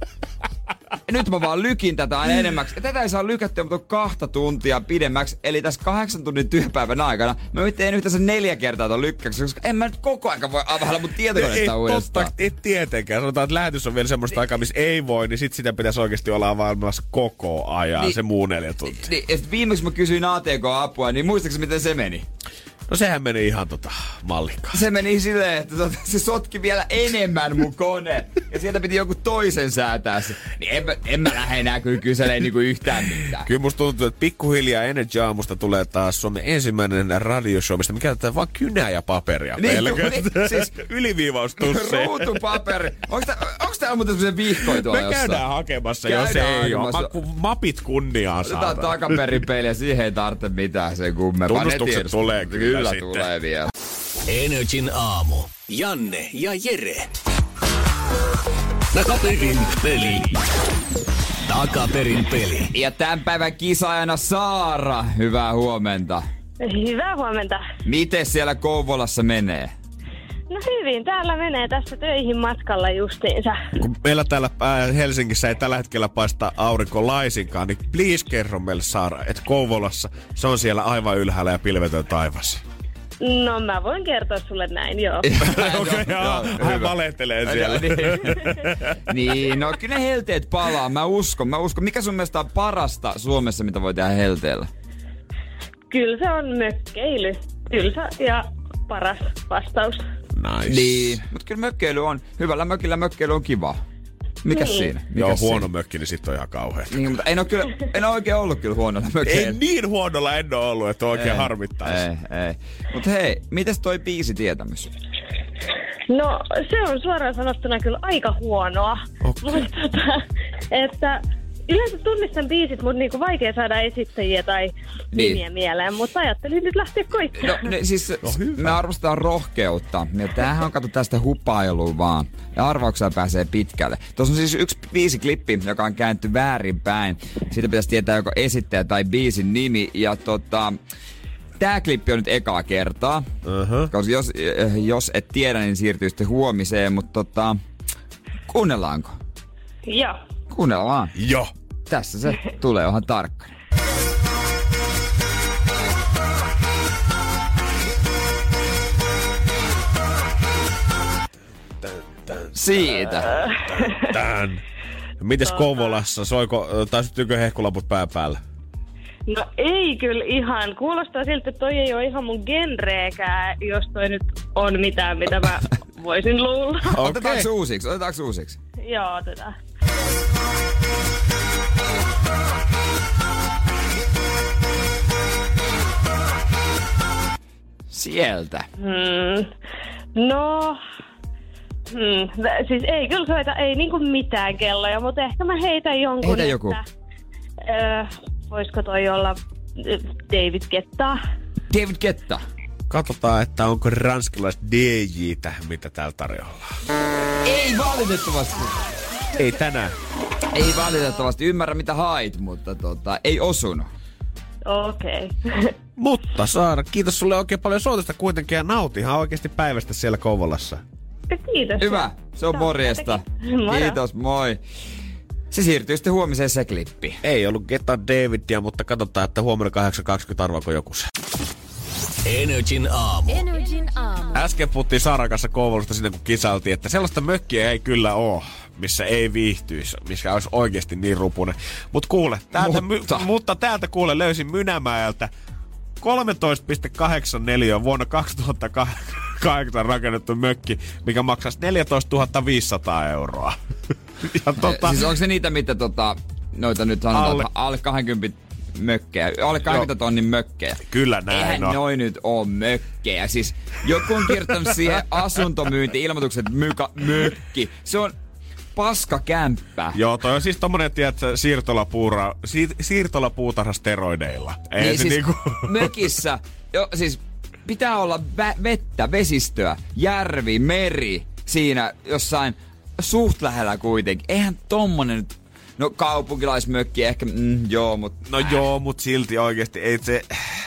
Ja nyt mä vaan lykin tätä aina enemmäksi. Ja tätä ei saa lykättyä, mutta kahta tuntia pidemmäksi. Eli tässä kahdeksan tunnin työpäivän aikana mä teen yhteensä neljä kertaa ton lykkäksi, koska en mä nyt koko aika voi availla mun tietokonetta uudestaan. Totta, ei tietenkään. Sanotaan, että lähetys on vielä semmoista aikaa, missä ei voi, niin sit sitä pitäisi oikeasti olla avaamassa koko ajan, niin, se muu neljä tuntia. Niin, ja sit viimeksi mä kysyin A T K-apua, niin muistaakseni miten se meni? No sehän meni ihan tota mallikkaan. Se meni silleen, että tota, se sotki vielä enemmän mun kone. Ja sieltä piti joku toisen säätää se. Niin en mä, en mä lähde enää kyllä kyselee niinku yhtään mitään. Kyllä musta tuntuu, että pikkuhiljaa Energy Aamusta tulee taas Suomen ensimmäinen radioshow, mistä me käytetään vaan kynää ja paperia. Niin, niin, siis yliviivaustusseen. Ruutupaperi. Onks tää, onks tää muuten semmosen vihkoitua me jossain? Me käydään hakemassa, käydään jos ei hakemassa. oo. Ma, mapit kunniaa saadaan. Otetaan takaperin peiliä, siihen ei tarvitse mitään sen kummempaa. Tunnustukset tulee kyllä. Kyllä sitten. tulee vielä. Energin aamu. Janne ja Jere. Takaperin peli. Takaperin peli. Ja tämän päivän kisaajana Saara. Hyvää huomenta. Hyvää huomenta. Miten siellä Kouvolassa menee? No hyvin, täällä menee tässä töihin matkalla justiinsa. Kun meillä täällä Helsingissä ei tällä hetkellä paista aurinko laisinkaan, niin please kerro meille Saara, että Kouvolassa se on siellä aivan ylhäällä ja pilvetön taivas. No mä voin kertoa sulle näin, joo. Okei, okay, joo. Hän valehtelee siellä. Niin, no kyllä ne helteet palaa, mä uskon, mä uskon. Mikä sun mielestä on parasta Suomessa, mitä voi tehdä helteellä? Kyllä se on mökkeily. Tylsä ja paras vastaus. Nice. Niin, mutta kyllä mökkeily on, hyvällä mökillä mökkeily on kiva. Mikäs niin. siinä? Mikäs Joo, siinä? huono mökki, niin sit on ihan kauhea. Niin, mutta en ole, kyllä, en ole oikein ollut kyllä huonolla mökkeillä. Ei niin huonolla en ole ollut, että oikein ei, harmittaisi. Ei, ei. Mut hei, mites toi biisitietämys? No se on suoraan sanottuna kyllä aika huonoa. Okay. Mutta tota, että yleensä tunnistan biisit, mutta niinku vaikea saada esittäjiä tai niin. nimiä mieleen. Mutta ajattelin nyt lähteä koittamaan. No ne, siis no, me arvostetaan rohkeutta. Ja tämähän on kato tästä hupailua vaan. Ja arvauksella pääsee pitkälle. Tuossa on siis yksi biisiklippi, joka on käänty väärinpäin. Siitä pitäisi tietää joko esittäjä tai biisin nimi. Ja tota... Tää klippi on nyt ekaa kertaa. Uh-huh. Koska jos, jos et tiedä, niin siirtyy sitten huomiseen. Mutta tota... Kuunnellaanko? Joo. Kuunnellaan. Joo. Tässä se tulee, onhan tarkkana. Siitä. Tän. Mites Kouvolassa? Soiko, tai syttyykö hehkulaput pää päällä? No ei kyllä ihan. Kuulostaa siltä, että toi ei ole ihan mun genreekään, jos toi nyt on mitään, mitä mä voisin luulla. Okay. Otetaanko uusiksi? Otetaanko uusiksi? Joo, otetaan. Sieltä. Hmm. No... Hmm. Siis ei kyllä soita, ei niinku mitään kelloja, mutta ehkä mä heitän jonkun. Heitä joku. Että, öö, voisiko toi olla David Guetta? David Guetta. Katsotaan, että onko ranskalaiset D J:tä, mitä täällä tarjolla. Ei valitettavasti. Ei tänään. Ei valitettavasti. Ymmärrä mitä hait, mutta tota, ei osunut. Okei. Okay. Mutta Saara, kiitos sulle oikein paljon soitosta kuitenkin ja nauti ihan oikeasti päivästä siellä Kouvolassa. Kiitos. Hyvä, se on morjesta. Kiitos, moi. Se siirtyy sitten huomiseen se klippi. Ei ollut Getta Davidia, mutta katsotaan, että huomenna kahdeksan kaksikymmentä arvaako joku se. Energin aamu. Energin aamu. Äsken puhuttiin Saaran kanssa Kouvolusta sinne, kun kisailtiin, että sellaista mökkiä ei kyllä ole, missä ei viihtyisi, missä olisi oikeasti niin rupunen. Mut kuule, täältä mutta. My, mutta täältä kuule löysin Mynämäeltä kolmetoista pilkku kahdeksankymmentäneljä vuonna kaksituhattakahdeksan rakennettu mökki, mikä maksaisi neljätoistatuhatta viisisataa euroa. Ja tota, siis onko se niitä, mitä tota, noita nyt sanotaan, alle, alle kaksikymmentä mökkejä, alle kaksikymmentä tonnin mökkejä? Kyllä näin. Eihän no. noi nyt oo mökkejä. Siis joku on kirjoittanut siihen asuntomyynti-ilmoitukset myka, mökki. Se on paskakämppä. Joo, toi on siis tommonen, tiedätkö, siirtolapuura, siir, siirtolapuutarha steroideilla. Ei niin, se siis niinku... mökissä, jo, siis pitää olla vä- vettä, vesistöä, järvi, meri siinä jossain suht lähellä kuitenkin. Eihän tommonen nyt, no kaupunkilaismökki ehkä, mm, joo, mut... No äh. joo, mut silti oikeesti ei se...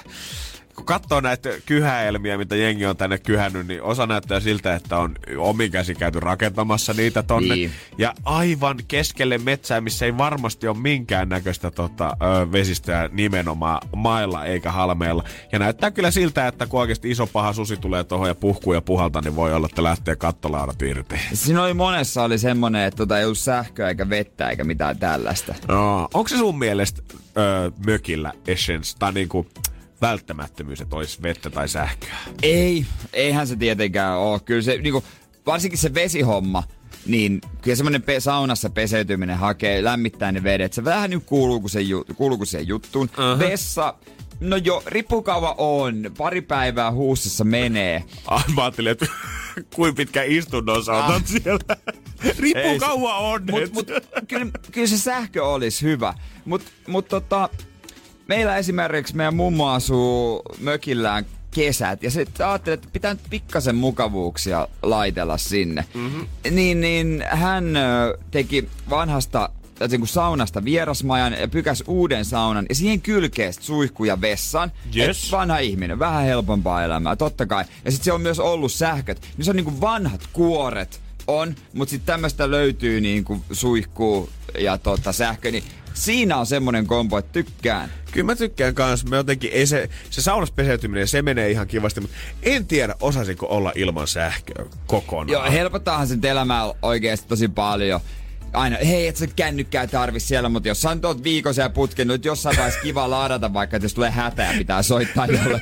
Kun katsoo näitä kyhäelmiä, mitä jengi on tänne kyhännyt, niin osa näyttää siltä, että on omin käsi käyty rakentamassa niitä tonne. Niin. Ja aivan keskelle metsää, missä ei varmasti ole minkäännäköistä tota, ö, vesistöä nimenomaan mailla eikä halmeilla. Ja näyttää kyllä siltä, että kun oikeasti iso paha susi tulee tuohon ja puhkuu ja puhalta, niin voi olla, että lähtee kattolaudat irti. Siinä oli monessa oli semmonen, että tota ei ollut sähköä eikä vettä eikä mitään tällaista. No, onko se sun mielestä ö, mökillä essence, tai niinku... välttämättömyys, että olisi vettä tai sähköä? Ei, eihän se tietenkään ole. Kyllä se, niinku, varsinkin se vesihomma, niin kyllä semmoinen pe- saunassa peseytyminen hakee, lämmittää ne vedet. Se vähän nyt kuuluu kuin se, ju- kuuluu kuin se juttuun. Uh-huh. Vessa, no jo, rippukauva on, pari päivää huussissa menee. Ah, mä ajattelin, että kuinka pitkä istunnon sä otat ah. siellä. Rippukauva on. Mutta mut, kyllä, kyllä se sähkö olisi hyvä. Mutta mut, tota... Meillä esimerkiksi meidän mummo asuu mökillään kesät ja sitten ajattelee, että pitää nyt pikkasen mukavuuksia laitella sinne. Mm-hmm. Niin, niin hän teki vanhasta niin kuin saunasta vierasmajan ja pykäs uuden saunan ja siihen kylkee suihku ja vessan. Yes. Et vanha ihminen, vähän helpompaa elämää, totta kai. Ja sit se on myös ollut sähköt. Niin se on niinku vanhat kuoret on, mutta sitten tämmöistä löytyy niinku suihkuu ja tota, sähkö, niin siinä on semmonen kombo, että tykkään. Kyllä mä tykkään kanssa. Mä jotenkin, ei se, se saunas peseytyminen, se menee ihan kivasti, mutta en tiedä, osaisinko olla ilman sähköä kokonaan. Joo, helpottaahan sen elämää oikeesti tosi paljon. Aina, hei, et sä kännykkää tarvi siellä, mutta jos sä nyt oot viikon siellä putken, nyt jossain vaiheessa kiva ladata vaikka, että jos tulee hätä ja pitää soittaa jolle.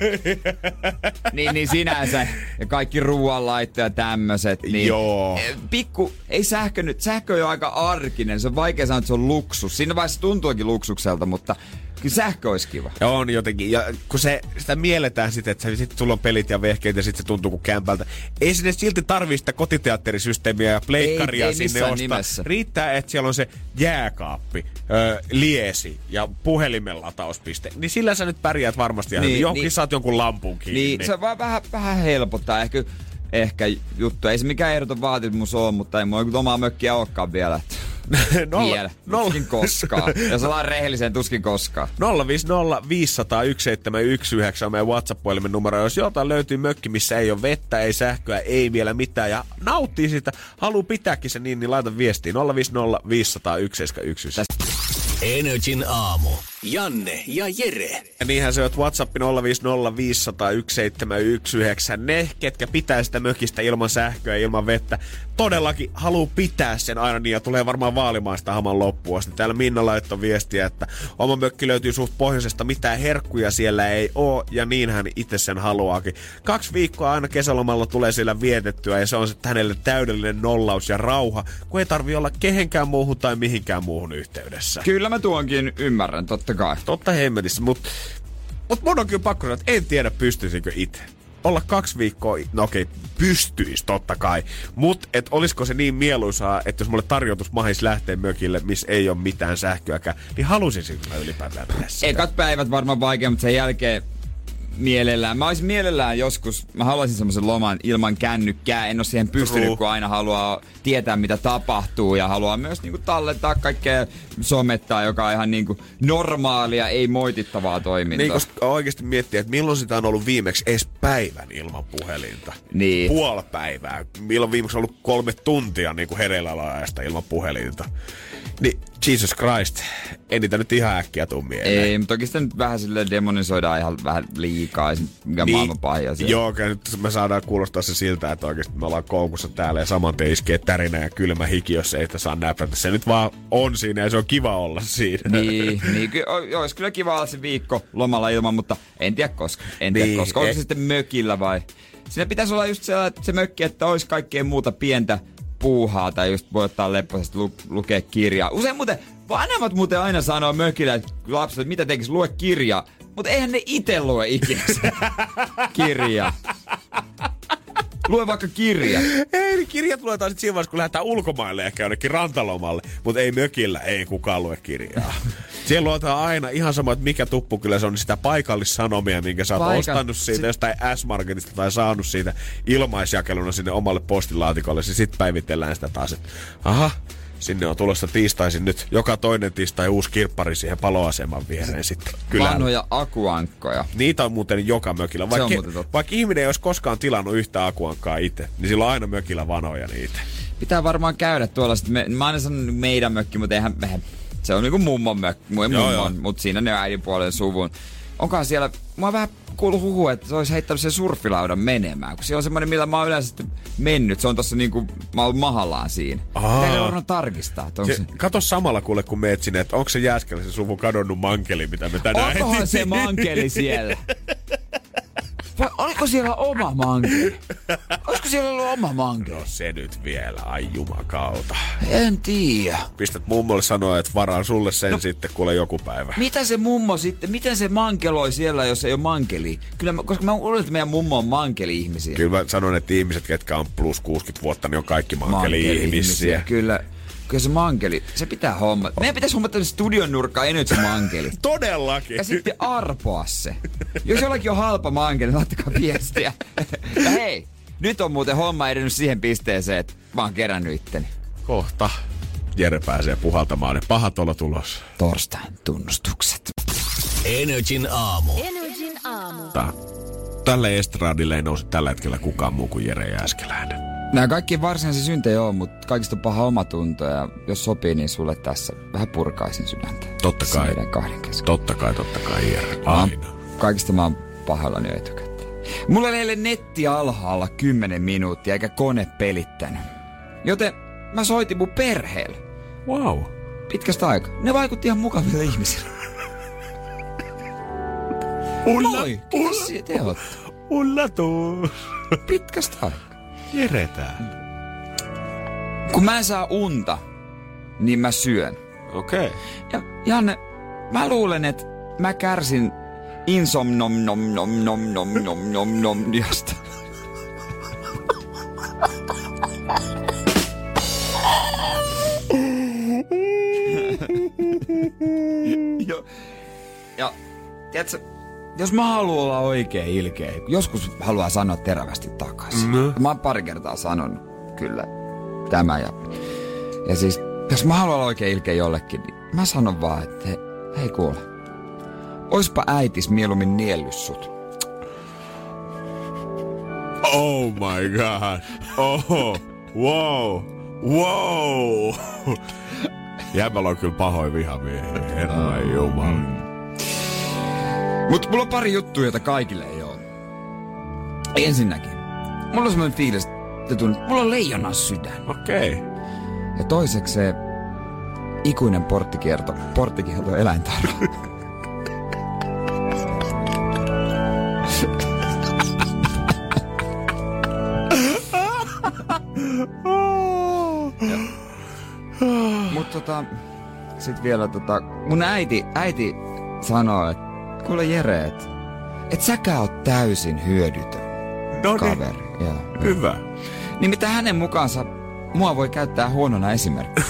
niin, niin sinänsä, ja kaikki ruoanlaitto ja tämmöset. Niin Joo. Pikku, ei sähkö nyt, sähkö on jo aika arkinen, se on vaikea sanoa, että se on luksus. Siinä vaiheessa tuntuukin luksukselta, mutta kyllä sähkö olisi kiva. Ja on jotenkin. Ja kun se, sitä mielletään sitten, että sit sulla on pelit ja vehkeet ja sitten se tuntuu kuin kämpältä. Ei sinne silti tarvii sitä kotiteatterisysteemiä ja pleikkaria ei, ei sinne ostaa. Nimessä. Riittää, että siellä on se jääkaappi, ö, liesi ja puhelimen latauspiste. Niin sillä sä nyt pärjäät varmasti. Niin, johonkin niin, saat jonkun lampun kiinni. Niin, se vaan vähän, vähän helpottaa ehkä, ehkä juttu. Ei se mikään ehdoton vaatimus ole, mutta ei mulla omaa mökkiä olekaan vielä. nolla, vielä. Nolla. Tuskin koskaan. Jos ollaan rehellisen, tuskin koskaan. nolla viisi nolla viisi nolla nolla yksi seitsemän yksi yhdeksän on meidän WhatsApp-puhelimen numero. Jos jotain löytyy mökki, missä ei ole vettä, ei sähköä, ei vielä mitään ja nauttii sitä, haluu pitääkin se niin, niin laita viestiä nolla viisi nolla viisi nolla nolla yksi seitsemän yksi yhdeksän. Energin aamu. Janne ja Jere. Ja niinhän se on WhatsApp nolla viisi nolla viisi nolla nolla yksi seitsemän yksi yhdeksän. Ne, ketkä pitää sitä mökistä ilman sähköä ja ilman vettä, todellakin haluu pitää sen aina niin ja tulee varmaan vaalimaan sitä haman loppuun asti. Täällä Minna laittoi viestiä, että oma mökki löytyy suht pohjoisesta, mitään herkkuja siellä ei oo ja niin hän itse sen haluaakin. Kaksi viikkoa aina kesälomalla tulee siellä vietettyä ja se on sitten hänelle täydellinen nollaus ja rauha, kun ei tarvi olla kehenkään muuhun tai mihinkään muuhun yhteydessä. Kyllä mä tuonkin ymmärrän, totta kai. Totta hemmetissä, mutta mut mun on kyllä pakko sanoa, että en tiedä pystyisikö itse. Olla kaksi viikkoa, no okei, pystyis totta kai. Mut et olisiko se niin mieluisaa, että jos mulle tarjoutus mahis lähteä mökille, missä ei ole mitään sähköäkään, niin halusin mä ylipäätään tehdä sitä. Ekat päivät varmaan vaikea, mutta sen jälkeen mielellään. Mä olisin mielellään joskus, mä haluaisin semmoisen loman ilman kännykkää. En ole siihen pystynyt, True. kun aina haluaa tietää, mitä tapahtuu ja haluaa myös niinku tallentaa kaikkea somettaa, joka on ihan niinku normaalia, ei moitittavaa toimintaa. Niin, koska oikeasti miettiä, että milloin sitä on ollut viimeksi edes päivän ilman puhelinta. Niin. Puoli päivää. Milloin viimeksi on ollut kolme tuntia niinku hereillä ajasta ilman puhelinta. Niin, Jesus Christ, ei niitä nyt ihan äkkiä tuu mieleen. Ei, mutta toki sitä nyt vähän silleen demonisoidaan ihan vähän liikaa, mikä niin, maailman pahja siellä. Joo, okay, nyt me saadaan kuulostaa se siltä, että oikeasti me ollaan koukussa täällä ja saman tien iskee tärinä ja kylmä hiki, jos ei sitä saa näprätä. Se nyt vaan on siinä ja se on kiva olla siinä. Niin, niin ky- olisi kyllä kiva olla se viikko lomalla ilman, mutta en tiedä koska. En niin, tiedä koska. Onko se sitten mökillä vai? Siinä pitäisi olla just sellainen, se mökki, että olisi kaikkea muuta pientä puuhaa tai just voi ottaa lepposesti lu- lukea kirjaa. Usein muuten, vanhemmat muuten aina sanoo mökillä, että lapset, että mitä tekis, lue kirjaa. Mutta eihän ne ite lue ikinä kirjaa. Lue vaikka kirja. Ei, niin kirjat luetaan sitten siinä vaiheessa, kun lähdetään ulkomaille ehkä jonnekin rantalomalle. Mutta ei mökillä, ei kukaan lue kirjaa. Siellä luetaan aina ihan sama, että mikä tuppu kyllä se on, niin sitä paikallissanomia, minkä sä oot Paikan... ostanut siitä sit... jostain S-Marketista tai saanut siitä ilmaisjakeluna sinne omalle postilaatikolle. Siis sit päivitellään sitä taas, että aha, sinne on tulossa tiistaisin nyt joka toinen tiistai uusi kirppari siihen paloaseman viereen sitten. Kylällä. Vanhoja akuankkoja. Niitä on muuten joka mökillä. Vaikka, vaikka ihminen ei olisi koskaan tilannut yhtä akuankkaa itse, niin sillä on aina mökillä vanoja niitä. Pitää varmaan käydä tuolla. Me, mä aina sanon meidän mökki, mutta eihän mehän. Se on niinku mummon mökki, mummon, mutta siinä ne äidinpuolen suvun. Onkohan siellä, mä oon vähän kuullut huhua, että se olisi heittänyt sen surffilaudan menemään, kun se on semmoinen, millä mä oon yleensä mennyt. Se on tossa niinku, mä oon mahallaan siinä. Teille on tarkistaa. Se, se... Kato samalla kuule, kun meet sinne, että onko se Jääskeläisen suvun kadonnut mankeli, mitä me tänään Onkohan etin? Se mankeli siellä? Vai oliko siellä oma mankeli? Olisiko siellä ollut oma mankeli? No se nyt vielä, ai jumakauta. En tiedä. Pistät mummolle sanoa, että varaan sulle sen no, sitten kuule joku päivä. Mitä se mummo sitten, miten se mankeloi siellä, jos ei ole mankeli? Kyllä mä, koska mä luulen, että meidän mummo on mankeli-ihmisiä. Kyllä mä sanon, että ihmiset, ketkä on plus kuusikymmentä vuotta, niin on kaikki mankeli-ihmisiä. Kyllä. Kyllä se mankeli, se pitää hommata. Meidän pitäisi hommata studion nurkkaan ennen se mankeli. Todellakin. Ja sitten arpoa se. Jos jollakin on halpa mankeli, niin laittakaa viestiä. Ja hei, nyt on muuten homma edennyt siihen pisteeseen, että mä oon kerännyt itteni. Kohta. Jere pääsee puhaltamaan ne pahat olot ulos. Torstain tunnustukset. Energin aamu. Energin aamu. Tälle estradille ei nouse tällä hetkellä kukaan muu kuin Jere Jääskeläinen. Nämä kaikki varsinaisia syntejä on, mutta kaikista on paha omatunto ja jos sopii, niin sulle tässä vähän purkaisin sydäntä. Totta kai. Meidän kahden kesken. Totta kai, totta kai, Jere. Aina. Kaikista mä oon pahoillani jo etukäteen. Mulla oli eilen netti alhaalla kymmenen minuuttia eikä kone pelittänyt. Joten mä soitin mun perheelle. Wow. Pitkästä aikaa. Ne vaikutti ihan mukaville ihmisille. Ulla, Moi, kiitos siitä teot. Ullatus. Pitkästä aikaa. Jere täällä. Kun mä en saa unta, niin mä syön. Okei. Okay. Ja Janne, mä luulen, että mä kärsin insomnom nom nom nom nom nom nom nom josta. Jo, ja tiedätkö, jos mä haluan olla oikein ilkeä, joskus haluaa sanoa terävästi takaisin. Mm. Mä oon pari kertaa sanonut kyllä tämä. Ja, ja siis, jos mä haluan olla oikein ilkeä jollekin, niin mä sanon vaan, että he, hei kuule, oispa äitis mieluummin niellyt sut. Oh my god. Oh, wow, wow. Jämällä on kyllä pahoin vihamiehiä, herra jumala. Mut mulla on pari juttua, joita kaikille ei oo. Ensinnäkin, mulla on semmoinen fiilis, että tunn, mulla on leijonan sydän. Okei. Okay. Ja toiseksi se ikuinen porttikierto, porttikierto eläintarha. Mut tota, sit vielä tota, mun äiti, äiti sanoo, että kuule Jere, että et säkään oot täysin hyödytön Noniin. kaveri. Ja, Hyvä. niin mitä hänen mukaansa mua voi käyttää huonona esimerkkinä.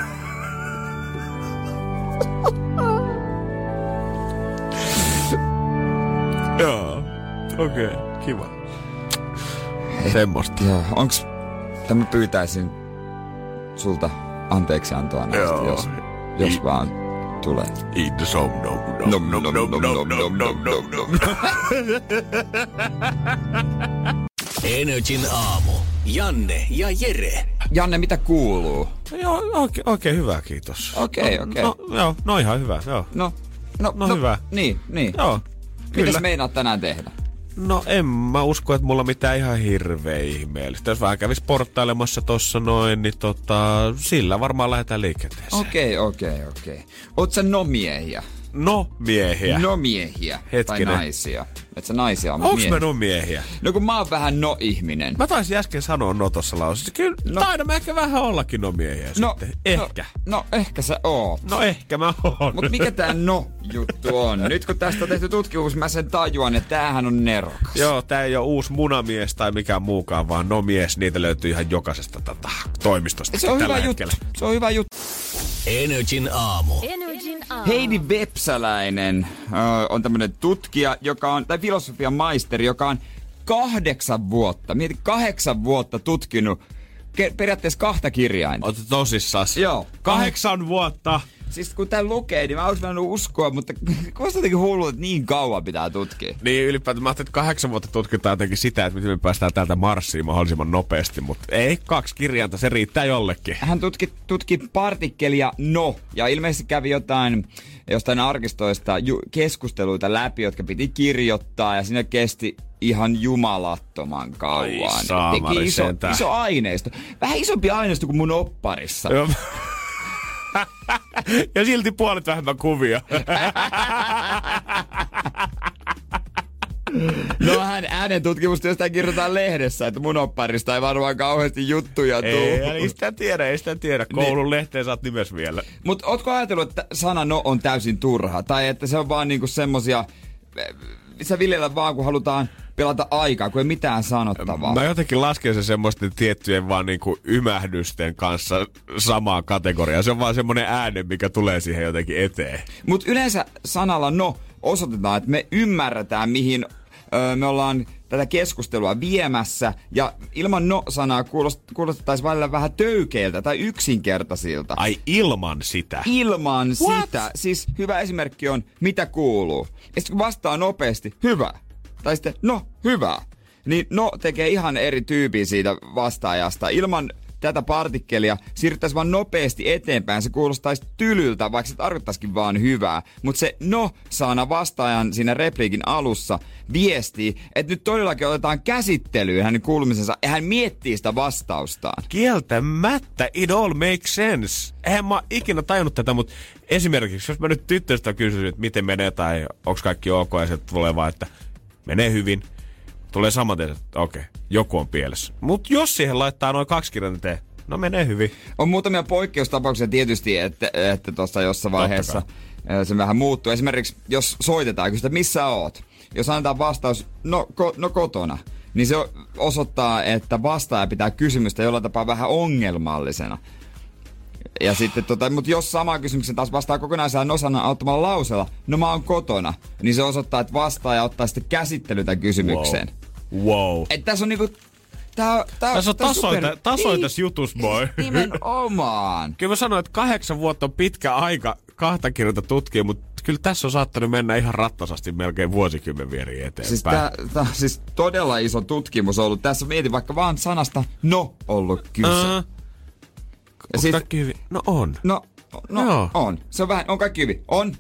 Joo, okei, okay. Kiva. Semmosta. Joo, onks, että mä pyytäisin sulta anteeksiantoa näistä, Joo. jos, jos I, vaan tulee. Eat the som nom nom nom nom nom nom nom nom nom nom. Energin aamu. Janne ja Jere. Janne, mitä kuuluu? Joo, oikein okay, hyvä, kiitos. Okei, okei. No, joo, no ihan hyvä, joo. No, no, No hyvä. Niin, niin. Joo, kyllä. Mitäs meinaat tänään tehdä? No en mä usko, että mulla on mitään ihan hirveä ihmeellistä. Jos vähän kävis porttailemassa tossa noin, niin tota, sillä varmaan lähdetään liikenteeseen. Okei, okei, okei. Oot sä no-miehiä? No miehiä. No-miehiä. Hetkinen. Tai naisia. Et sä naisia on Onks miehiä? mä no miehiä? No kun mä oon vähän no-ihminen. Mä taisin äsken sanoa no tossa lauseessa. Kyllä No. no. taidan mä ehkä vähän ollakin no miehiä No, sitten. Ehkä. No, no ehkä sä oot. No, no ehkä mä oon. Mut mikä tää no-juttu on? Nyt kun tästä on tehty tutkimus, mä sen tajuan, että tämähän on nerokas. Joo, tää ei oo uusi munamies tai mikään muukaan, vaan no mies. Niitä löytyy ihan jokaisesta tota, toimistosta Se on tällä hyvä hetkellä. juttu. Se on hyvä juttu. Energin aamu. Energin aamu. Heidi Vepsäläinen äh, on tämmönen tutkija, joka on, tai filosofian maisteri, joka on kahdeksan vuotta, mieti kahdeksan vuotta tutkinut ke- periaatteessa kahta kirjainta. Oot tosissas. Joo. Kahdeksan vuotta. Siis kun tän lukee, niin mä olisin voinut uskoa, mutta kuulostaa jotenkin hullu, että niin kauan pitää tutkia. Niin ylipäätään mä ajattelin, että kahdeksan vuotta tutkitaan jotenkin sitä, että miten me päästään täältä Marsiin mahdollisimman nopeasti, mutta ei, kaksi kirjainta, se riittää jollekin. Hän tutki, tutki partikkelia no, ja ilmeisesti kävi jotain jostain arkistoista ju- keskusteluita läpi, jotka piti kirjoittaa, ja siinä kesti ihan jumalattoman kauan. Ai saamari Teki iso, sentään. iso aineisto. Vähän isompi aineisto kuin mun opparissa. Joo. Ja silti puolet vähemmän kuvia. No hän äänen tutkimusta jostain kirjoitetaan lehdessä, että mun opparista ei varmaan kauheasti juttuja tuu. Ei, ei sitä tiedä, ei sitä tiedä. Koulun lehteen saat nimes vielä. Mut ootko ajatellut, että sana no on täysin turha? Tai että se on vaan niinku semmosia, sä viljellä vaan kun halutaan pelata aikaa, kun ei mitään sanottavaa. Mä jotenkin lasken sen semmoisten tiettyjen vaan niinku ymähdysten kanssa samaan kategoriaan. Se on vaan semmonen ääne, mikä tulee siihen jotenkin eteen. Mut yleensä sanalla no osoitetaan, että me ymmärretään, mihin öö, me ollaan tätä keskustelua viemässä ja ilman no-sanaa kuulost- kuulostettaisiin välillä vähän töykeiltä tai yksinkertaisilta. Ai ilman sitä? Ilman What? sitä. Siis hyvä esimerkki on, mitä kuuluu. Ja sitten kun vastaa nopeasti, hyvä. Tai sitten, no, hyvä. Niin no tekee ihan eri tyypin siitä vastaajasta. Ilman tätä partikkelia siirryttäisiin vaan nopeasti eteenpäin. Se kuulostaisi tylyltä, vaikka se tarkoittaisikin vaan hyvää. Mutta se no-sana vastaajan siinä repliikin alussa viestii, että nyt todellakin otetaan käsittelyyn hänen kuulumisensa ja hän miettii sitä vastaustaan. Kieltämättä, it all makes sense. Eihän mä ikinä tajunnut tätä, mutta esimerkiksi jos mä nyt tyttöstä kysyisin, että miten menee tai onko kaikki ok ja se tulee vaan, että menee hyvin. Tulee samaten, että okei, okay, joku on pielessä. Mutta jos siihen laittaa noin kaksi kirjainta, no menee hyvin. On muutamia poikkeustapauksia tietysti, että että tuossa jossain vaiheessa se vähän muuttuu. Esimerkiksi jos soitetaan, kysytään, missä oot? Jos annetaan vastaus, no, ko, no kotona, niin se osoittaa, että vastaaja pitää kysymystä jollain tapaa vähän ongelmallisena. Ja sitten, tota, mutta jos samaan kysymyksen taas vastaa kokonaisella osana auttamalla lauseella, no mä oon kotona, niin se osoittaa, että vastaaja ottaa sitten käsittely tämän kysymykseen. Wow. wow. Että tässä on niinku... Tää, tää, tässä on tää tasoin, super... tasoin tässä jutus, boy. Nimenomaan. Kyllä mä sanoin, että kahdeksan vuotta on pitkä aika kahta kirjoita tutkia, mutta kyllä tässä on saattanut mennä ihan rattasasti melkein vuosikymmen vieri eteenpäin. Siis tää, tää on siis todella iso tutkimus ollut. Tässä mietin vaikka vaan sanasta no ollut kyse. Uh, onko sit, kaikki hyvin? No on. No, no Joo. on. Se on vähän, on kaikki hyvin. On.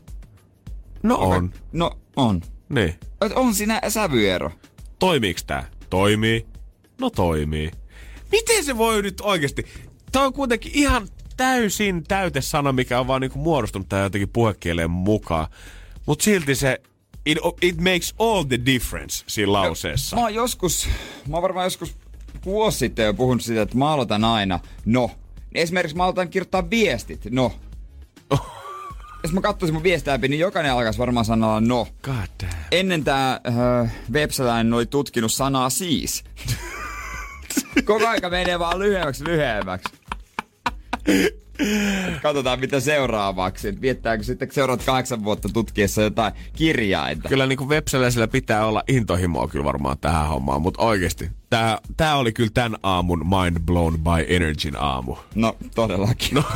No on. on. No on. Niin. On siinä sävyero. Toimiiks tää? Toimii. No toimii. Miten se voi nyt oikeesti? Tää on kuitenkin ihan täysin täytesana, mikä on vaan niinku muodostunut tää jotenkin puhekieleen mukaan. Mut silti se, it, it makes all the difference siinä lauseessa. Mä oon joskus, mä oon varmaan joskus vuosi sitten jo puhunut siitä, että mä aloitan aina no. Esimerkiksi mä aloitan kirjoittaa viestit, no. Jos mä katsoisin mun viestiä läpi, niin jokainen alkaisi varmaan sanoa no. God damn. Ennen tää äh, webseläinen oli tutkinut sanaa siis. Koko aika menee vaan lyhyemmäksi lyhyemmäksi. Katsotaan mitä seuraavaksi. Viettääkö sitten seuraavat kahdeksan vuotta tutkiessa jotain kirjainta. Kyllä niinku webseläisellä pitää olla intohimoa kyllä varmaan tähän hommaan, mutta oikeesti. Tää, tää oli kyllä tän aamun Mind Blown by Energyn aamu. No todellakin. No.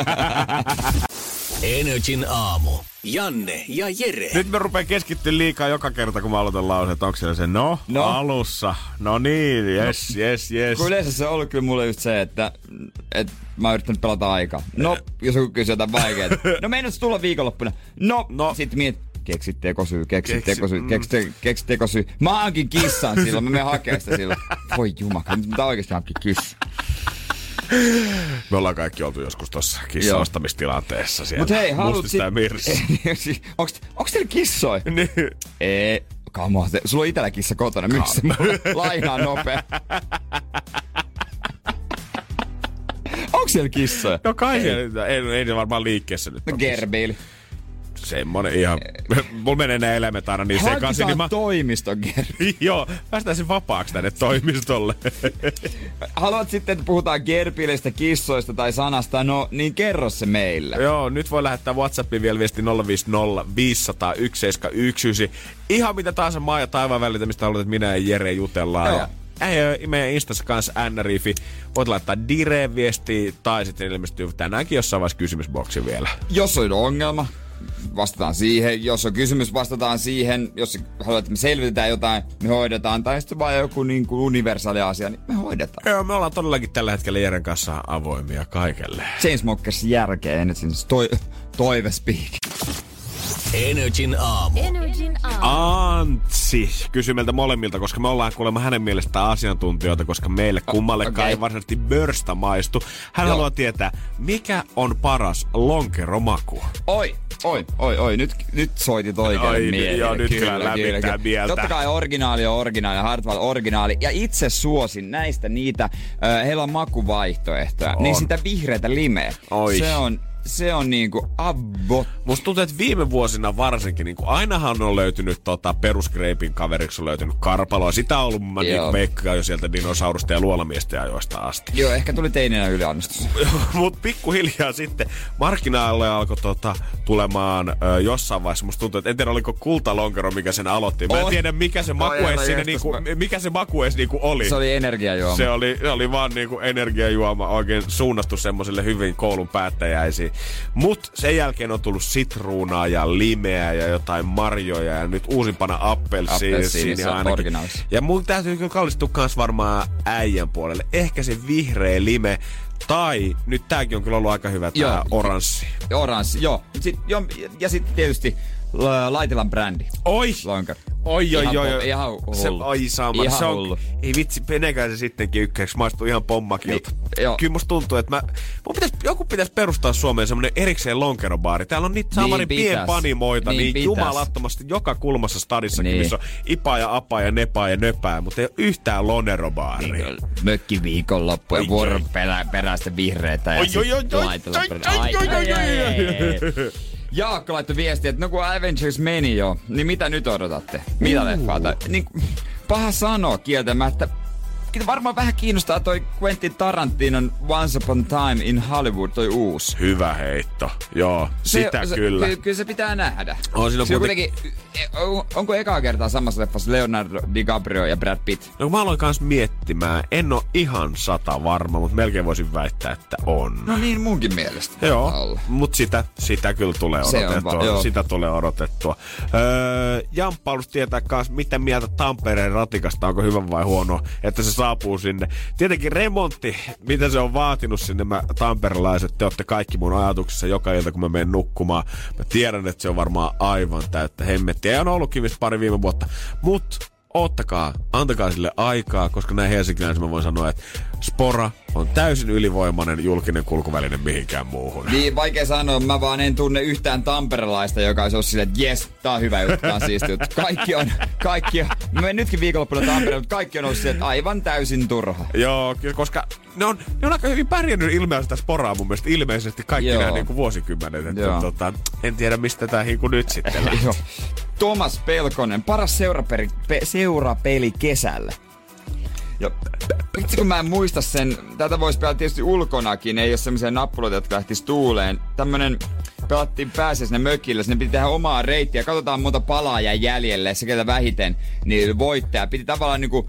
Energin aamu. Janne ja Jere. Nyt me rupean keskittyä liikaa joka kerta, kun mä aloitan lause, että onko siellä se no, no. alussa. No niin, yes, no. yes, yes. Kun yleensä se on ollut kyllä mulle just se, että, että mä oon yrittänyt pelata aikaa. No, jos joku kysyy jotain vaikeaa. No meinas tulla viikonloppuna. No, no. Sitten miet, keksit tekosyy, keksit Keksi, tekosyy, mm. keksit, keksit tekosyy. Mä hankin kissan silloin, mä menen hakemaan sitä silloin. Voi jumaka, nyt mä oikeesti hankin kissan. Me ollaan kaikki oltu joskus tossa kissaostamistilanteessa siellä. Mut hei, haluut sit... onks, onks teillä kissoja? Niin. Ei, kamo, sulla on itellä kissa kotona. Myy se mulle. Lainaa nopea. Onks siellä kissoja? No kai siellä, ei, ei ne varmaan liikkeessä nyt. No Gerbil. Semmonen ihan, mulla menee ne eläimet aina niin sekaisin. Hankitaan niin mä... toimiston Gerbil. Joo, päästään sen vapaaksi tänne toimistolle. Haluat sitten, että puhutaan Gerbilistä, kissoista tai sanasta, no niin kerro se meille. Joo, nyt voi lähettää WhatsAppiin vielä viesti nolla viisi nolla viisi nolla nolla yksi seitsemän yksi yhdeksän. Ihan mitä tahansa maa ja taivaan välitä, mistä haluat, että minä ja Jere jutellaan. Joo. Ja Ei, meidän Instassa kanssa N-rifi. Voit laittaa dire-viestiä tai sitten ilmestyy tänäänkin jossain vaiheessa kysymysboksi vielä. Jos on ongelma, vastataan siihen. Jos on kysymys, vastataan siihen. Jos haluat, että me selvitetään jotain, me hoidetaan. Tai sitten vaan joku niin kuin universaali asia, niin me hoidetaan. Joo, me ollaan todellakin tällä hetkellä Jeren kanssa avoimia kaikelle. Chainsmokers järkeä, en nyt siis toi, toive speak. Energin aamu. Energin aamu. Antsi kysyi meiltä molemmilta, koska me ollaan kuulemma hänen mielestään asiantuntijoita, koska meille kummallekaan okay. ei varsinaisesti börstä maistu. Hän Joo. haluaa tietää, mikä on paras lonkeromaku. Oi, oi, oi, oi. Nyt, nyt soitit oikein mieleen. Joo, nyt kyllä, kyllä lämmittää mieltä. Totta kai originaali on originaali, Hartwall originaali. Ja itse suosin näistä niitä, äh, heillä on makuvaihtoehtoja. On. Niin sitä vihreätä limeä. Oi. Se on se on niinku abbo. Musta tuntuu, että viime vuosina varsinkin, niinku ainahan on löytynyt tota, perusgreipin kaveriksi on löytynyt karpaloa. Sitä on ollut mä niinku veikkaa jo sieltä dinosaurusta ja luolamiesten ajoista asti. Joo, ehkä tuli teininä yliannostus. Mut pikkuhiljaa sitten markkinoille alkoi tota, tulemaan ö, jossain vaiheessa. Musta tuntuu, että en tiedä oliko kultalonkero, mikä sen aloitti. Mä en tiedä mikä se maku edes oh, siinä niinku, mikä se maku edes niinku oli. Se oli energiajuoma. Se oli, se oli vaan niinku energiajuoma oikein suunnattu semmosille hyvin koulun päättäjäisiin. Mut sen jälkeen on tullut sitruunaa ja limeä ja jotain marjoja ja nyt uusimpana appelsiini ainakin. Ja mun täytyy kyllä kallistua kans varmaan äijän puolelle. Ehkä se vihreä lime. Tai nyt tääkin on kyllä ollut aika hyvä tää joo, oranssi. Oranssi, joo. Sit, jo, ja sitten tietysti Laitilan brändi. Oi! Lonkero. Oi, oi, oi, oi. Ihan hullu. Se, oi saama. Ihan se on, hullu. Ei vitsi, meneekään se sittenkin ykköksi. Maistuu ihan pommakilta. Niin, kyllä musta tuntuu, että mä, mun pitäis, joku pitäisi perustaa Suomeen semmonen erikseen lonkerobaari. Täällä on niitä samarin niin pienpanimoita niin, niin jumalattomasti joka kulmassa stadissakin, niin. Missä on ipaa ja apaa ja nepaa ja nöpää, mutta ei ole yhtään lonerobaaria. Niin, mökki viikonloppu ja vuoron perä, peräistä vihreitä ja sitten Laitilan brändi. Jaakko laittoi viestiä, että no kun Avengers meni jo, niin mitä nyt odotatte? Mitä uh. leffaa? Niin, paha sanoa kieltämättä. Varmaan vähän kiinnostaa toi Quentin Tarantinon Once Upon a Time in Hollywood, toi uusi. Hyvä heitto. Joo, se, sitä se, kyllä. Ky- kyllä se pitää nähdä. On siinä se kuitenkin... on, onko ekaa kertaa samassa leffassa Leonardo DiCaprio ja Brad Pitt? No mä aloin kans miettimään. En oo ihan sata varma, mutta melkein voisin väittää, että on. No niin munkin mielestä. Joo, mutta sitä, sitä kyllä tulee odotettua. Va- sitä tulee odotettua. Öö, Jamppa halusi tietää kans, mitä mieltä Tampereen ratikasta, onko hyvä vai huono, että se saapuu sinne. Tietenkin remontti, mitä se on vaatinut sinne, mä tamperelaiset, te ootte kaikki mun ajatuksissa joka ilta, kun mä menen nukkumaan. Mä tiedän, että se on varmaan aivan täyttä hemmettiä. Ja on ollutkin vist pari viime vuotta. Mut ottakaa, antakaa sille aikaa, koska näin helsinkiläisenä mä voin sanoa, että Spora on täysin ylivoimainen julkinen kulkuväline mihinkään muuhun. Niin, vaikea sanoa. Mä vaan en tunne yhtään tamperelaista, joka olisi ollut silleen, että jes, tää on hyvä juttu, tää on siisti juttu. Kaikki on, kaikki on. Mä menen nytkin viikonloppuna Tampereelle, mutta kaikki on ollut silleen, että aivan täysin turha. Joo, koska ne on, ne on aika hyvin pärjännyt ilmeisesti sitä Sporaa mun mielestä. Ilmeisesti kaikki nämä niinku vuosikymmenet. Että, tota, en tiedä, mistä tää hiku nyt sitten lähtee. Thomas Pelkonen, paras seurapeli, pe, seurapeli kesällä. Ja vitsi kun mä en muista sen, tätä voisi pelata tietysti ulkonakin, ei ole semmoisia nappuloita, jotka lähtis tuuleen. Tämmönen, pelattiin päässä sinne mökille, sinne piti tehdä omaa reittiä, katsotaan monta palaa jäi jäljelle, se ketä vähiten, niin voittaja. Piti tavallaan niinku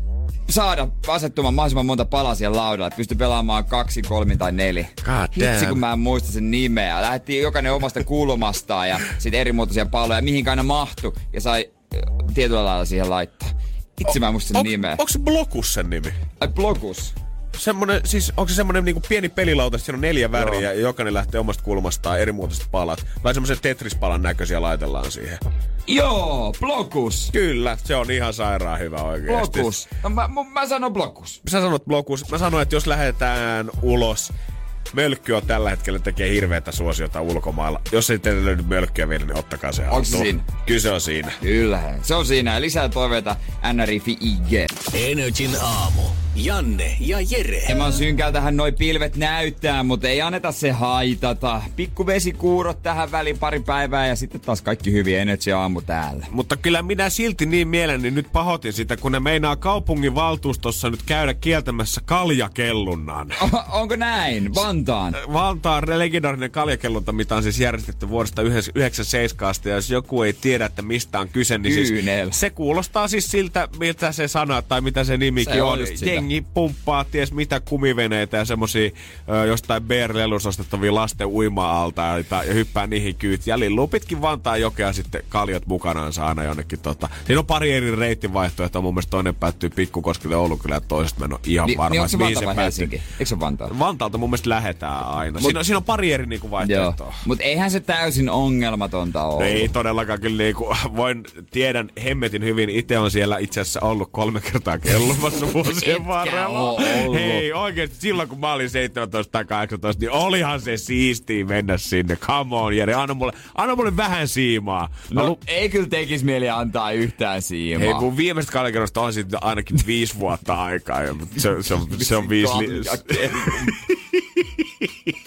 saada asettumaan mahdollisimman monta palaa siellä laudalla, että pystyi pelaamaan kaksi, kolme tai neljä. Hitsi kun mä en muista sen nimeä. Lähdettiin jokainen omasta kulmastaan ja sitten eri muotoisia paloja, mihin aina mahtui ja sai tietyllä lailla siihen laittaa. Itse mä en muista sen on, nimeä. Onko se Blokus sen nimi? Ai Blokus? Semmonen, siis onko se semmonen niinku pieni pelilauta, siinä on neljä väriä ja jokainen lähtee omasta kulmastaan eri muotoiset palat. Vai semmoisen Tetris-palan näköisiä laitellaan siihen. Joo, Blokus. Kyllä, se on ihan sairaan hyvä oikeesti. Blokus. No, mä, mä, mä sanon Blokus. Sä sanot Blokus. Mä sanoin, että jos lähdetään ulos, Mölkky on tällä hetkellä tekee hirveätä suosiota ulkomailla. Jos ei teille löydy mölkkyä vielä, niin ottakaa se haltuun. Onko se siinä? Kyllä se on siinä. Kyllähän. Se on siinä. Ja lisää toiveita N R I F I G. Energin aamu. Janne ja Jere. Hieman synkältähän noi pilvet näyttää, mutta ei anneta se haitata. Pikku vesikuurot tähän väliin pari päivää ja sitten taas kaikki hyvin. Energy aamu täällä. Mutta kyllä minä silti niin mieleni nyt pahoitin sitä, kun ne meinaa kaupungin valtuustossa nyt käydä kieltämässä kaljakellunnan. O- onko näin? Vantaan? Vantaan legendaarinen kaljakellunta, mitä on siis järjestetty vuodesta yhdeksänkymmentäseitsemän asti. Ja jos joku ei tiedä, että mistä on kyse, niin siis se kuulostaa siis siltä, miltä se sana tai mitä se nimikin se on. on. Jengi pumppaa ties mitä kumiveneitä ja semmosia ö, jostain B R-lelussa ostettavia lasten uima-alta ja, ja hyppää niihin kyytiin. Ja lilluu pitkin Vantaan jokea sitten kaljat mukanaan aina jonnekin tota. Siinä on pari eri reittivaihtoehtoa. Mun mielestä toinen päättyy Pikkukoskelle Oulunkylään ja toisesta mä en ole ihan Ni, varma. Niin onko se Vantaa vai Helsinki? Eikö se Vantaa? Vantaalta mun mielestä lähetään aina. Mut, siinä, on, siinä on pari eri niinku vaihtoehtoa. Mutta eihän se täysin ongelmatonta ole. No ei todellakaan kyllä niinku, voin, tiedän hemmetin hyvin. Itse on siellä itse asiassa ollut kolme kertaa kellumassa vuosien varrella. Hei, oikeesti silloin kun mä olin seitsemäntoista tai kahdeksantoista, niin olihan se siistiä mennä sinne. Come on, Jere, anna mulle, anna mulle vähän siimaa. No, lu- ei kyllä tekis mieli antaa yhtään siimaa. Hei, mun viimeistä kaljakerrosta on sitten ainakin viisi vuotta aikaa. Ja se, se, on, se on viisi... Li-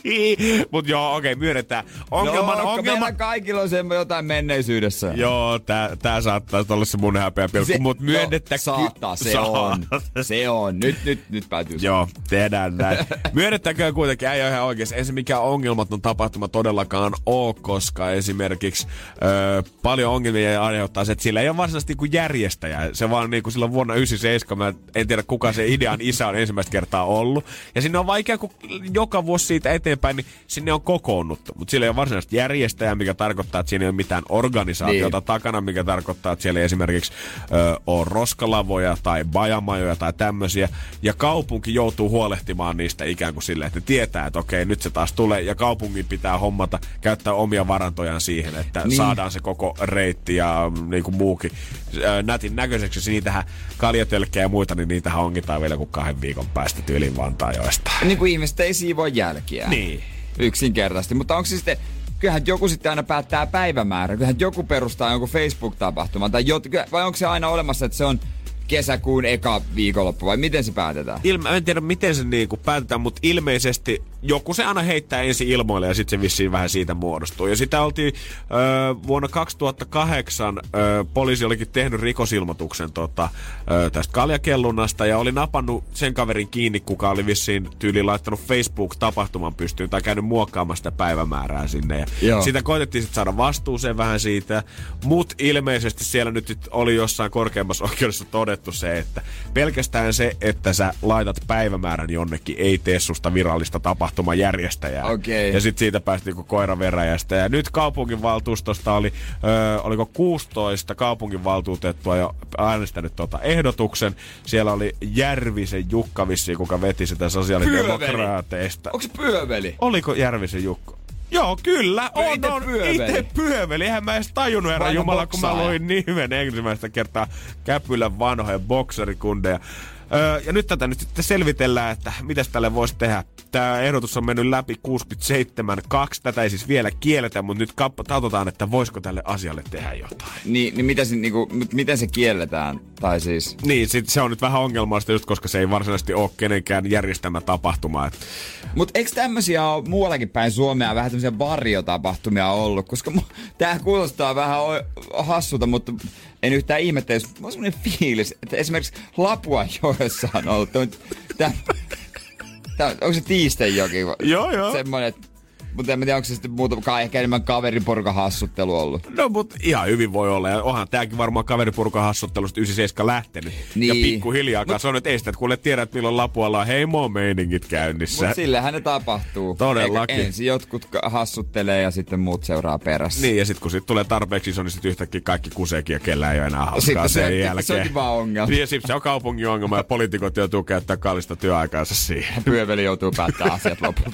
Mut joo, okei, okay, myönnetään. Ongelma, no, ongelma... meillä kaikilla on semmo jotain menneisyydessä. Joo, tää, tää saattaa olla se mun häpeäpilkku, mut myönnettä... No, saattaa, se Saa. on. Se on. Nyt, nyt, nyt päätyy. Joo, tehdään näin. Myönnettäköön kuitenkin, ei ole ihan oikeassa. Ei se mikään ongelmaton tapahtuma todellakaan ole, koska esimerkiksi öö, paljon ongelmia aiheuttaa se, että sillä ei ole varsinaisesti niinku järjestäjää. Se vaan niinku silloin vuonna yhdeksänkymmentäseitsemän, mä en tiedä kuka se idean isä on ensimmäistä kertaa ollut. Ja sinne on vaikea, kun joka vuosi siitä eteenpäin, niin sinne on kokoonnuttu. Mutta sillä ei ole varsinaisesti järjestäjää, mikä tarkoittaa, että siinä ei ole mitään organisaatiota niin takana, mikä tarkoittaa, että siellä ei esimerkiksi öö, ole roskalavoja tai bajamajoja tai tämmöisiä. Ja kaupunki joutuu huolehtimaan niistä ikään kuin silleen, että ne tietää, että okei, nyt se taas tulee. Ja kaupungin pitää hommata, käyttää omia varantojaan siihen, että niin saadaan se koko reitti ja niin kuin muukin öö, nätin näköiseksi. Niitähän kaljatölkkejä ja muita, niin niitähän onkitaan vielä kuin kahden viikon päästä tyyliin Vantaajoesta. Niin kuin ihmiset ei siivoo jälkiä. Niin. Yksinkertaisesti. Mutta onko se sitten... Kyllähän joku sitten aina päättää päivämäärän. Kyllähän joku perustaa jonkun Facebook-tapahtuman. Tai jot, vai onko se aina olemassa, että se on kesäkuun eka viikonloppu, vai miten se päätetään? Ilme, en tiedä, miten se niinku päätetään, mutta ilmeisesti joku se aina heittää ensin ilmoille ja sitten se vissiin vähän siitä muodostuu. Ja sitä oltiin ö, vuonna kaksituhattakahdeksan ö, poliisi olikin tehnyt rikosilmoituksen tota, ö, tästä kaljakellunnasta ja oli napannut sen kaverin kiinni, kuka oli vissiin tyyliin laittanut Facebook-tapahtuman pystyyn tai käynyt muokkaamaan sitä päivämäärää sinne. Ja Joo. Sitä koitettiin sitten saada vastuuseen vähän siitä, mutta ilmeisesti siellä nyt oli jossain korkeammassa oikeudessa todettu se, että pelkästään se, että sä laitat päivämäärän jonnekin, ei tee susta virallista tapahtumajärjestäjää. Okay. Ja sitten siitä päästiin kuin koira veräjästä. Ja nyt kaupunginvaltuustosta oli, öö, oliko kuusitoista kaupunginvaltuutettua jo äänestänyt tuota ehdotuksen. Siellä oli Järvisen Jukka vissiin, kuka veti sitä sosiaalidemokraateista. Onko se Pyöveli? Oliko Järvisen Jukka? Joo, kyllä. On, ite on. Pyöveli. Ite Pyöveli. Eihän mä edes tajunnut, herra Jumala, kun mä luin nimen ensimmäistä kertaa Käpylän vanhoja bokserikundeja. Öö, ja nyt tätä nyt sitten selvitellään, että mitäs tälle voisi tehdä. Tämä ehdotus on mennyt läpi kuusikymmentäseitsemän kaksi. Tätä ei siis vielä kielletä, mutta nyt katsotaan, että voisiko tälle asialle tehdä jotain. Niin, niin miten, se, niin kuin, miten se kielletään? Tai siis... Niin, sit se on nyt vähän ongelmallista just, koska se ei varsinaisesti ole kenenkään järjestämä tapahtuma. Että... Mutta eikö tämmöisiä ole muuallakin päin Suomea vähän tämmöisiä varjotapahtumia ollut? Koska mu- tää kuulostaa vähän o- hassulta, mutta... En yhtään ihmettä, jos on semmoinen fiilis, että esimerkiksi Lapuanjoessa on ollut tämä, tämä, onko se Tiistenjoki? Joo, joo. Semmoinen, että mutta en tiedä, onko se sitten muuta, ehkä enemmän kaveriporukan hassuttelu ollut. No, mutta ihan hyvin voi olla. Ja onhan tääkin varmaan kaveriporukan hassuttelusta yhdeksänkymmentäseitsemän lähtenyt. Niin. Ja pikkuhiljaa kanssa on, että ei sitä, että kuule tiedät, että milloin Lapualla on heimo-meiningit käynnissä. Mutta sillähän ne tapahtuu. Todellakin. Eikä ensin jotkut hassuttelee ja sitten muut seuraa perässä. Niin, ja sitten kun sit tulee tarpeeksi iso, niin sitten yhtäkkiä kaikki kuseekin ja kellään ei ole enää hauskaa sen se, jälkeen. Se onkin vaan ongelma. Niin, ja sitten se on kaupungin ongelma ja poliitikot joutuu käyttää kallista työaikaansa siihen. Pyöveli joutuu päättämään asiat lopulta.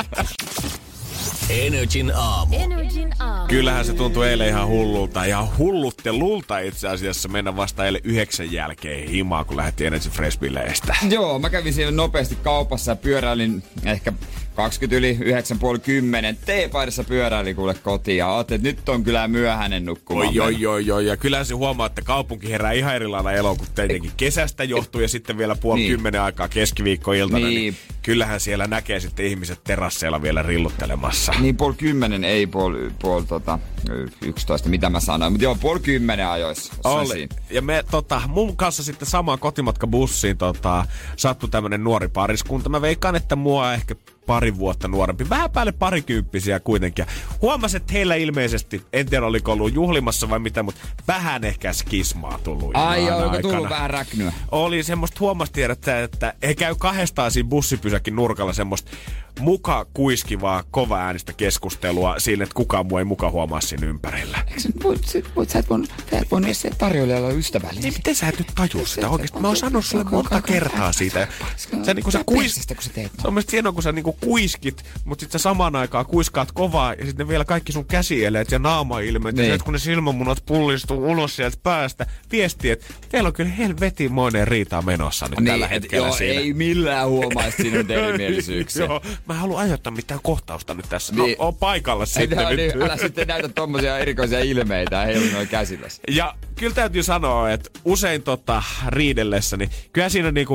Energin aamu. Energin aamu. Kyllähän se tuntuu eilen ihan hullulta. Ihan hulluttelulta itse asiassa mennä vasta eilen yhdeksän jälkeen himaa, kun lähdettiin Energy Fresh-bileistä. Joo, mä kävin siellä nopeasti kaupassa ja pyöräilin ehkä kaksikymmentä yli yhdeksän puoli kymmenen. Teepaidassa pyöräilin kuule kotiin ja ajattelin, että nyt on kyllä myöhäinen nukkumaan. Oi, oi, oi, oi. Ja kyllähän se huomaa, että kaupunki herää ihan eri lailla eloon, kun tietenkin kesästä johtuu ja sitten vielä puoli niin. kymmenen aikaa keskiviikkoiltana. Niin. niin kyllähän siellä näkee sitten ihmiset terasseilla vielä rilluttelemassa. Niin puoli kymmenen, ei puoli, puoli tota, yksitoista, mitä mä sanoin. Mutta joo, puoli kymmenen ajoissa. Oli. Ja me tota, mun kanssa sitten samaan kotimatkabussiin tota, sattui tämmönen nuori pariskunta. Mä veikkaan, että mua ehkä pari vuotta nuorempi. Vähän päälle parikymppisiä kuitenkin. Huomasin, että heillä ilmeisesti, en tiedä oliko ollut juhlimassa vai mitä, mutta vähän ehkä skismaa tullut. Ai joo, oliko tullut vähän räknyä? Oli semmoista, huomasti, että, että he käy kahdestaan siinä bussipysäkin nurkalla semmoista muka kuiskivaa, kova äänistä keskustelua siinä, että kukaan muu ei muka huomaa siinä ympärillä. Eikö sä voit, voit, sä et voinut, sä et voinut edes tarjoilijalla olla ystävällinen? Niin, miten sä et nyt tajua sitä oikeesti? Mä oon sanonut sulle monta kertaa siitä. Sä niinku sä kuiskit. Se on mielestäni hienoa, kun sä niinku kuiskit, mutta sit sä samaan aikaan kuiskaat kovaa ja sitten vielä kaikki sun käsieleet ja naamailmeet. Niin. Ja kun ne silmämunat pullistuu ulos sieltä päästä, viestii, että teillä on kyllä helvetimoinen riitaa menossa nyt niin, tällä hetkellä joo, siinä. Ei millään huomaisi sinun erimielisyyksiä. Joo, mä en halua aiheuttaa mitään kohtausta nyt tässä. Niin. No, oon paikalla sitten no, nyt. Niin, älä sitten näytä tommosia erikoisia ilmeitä, ei ole noin käsilläsi. Ja kyllä täytyy sanoa, että usein tota riidellessä, niin kyllä siinä niinku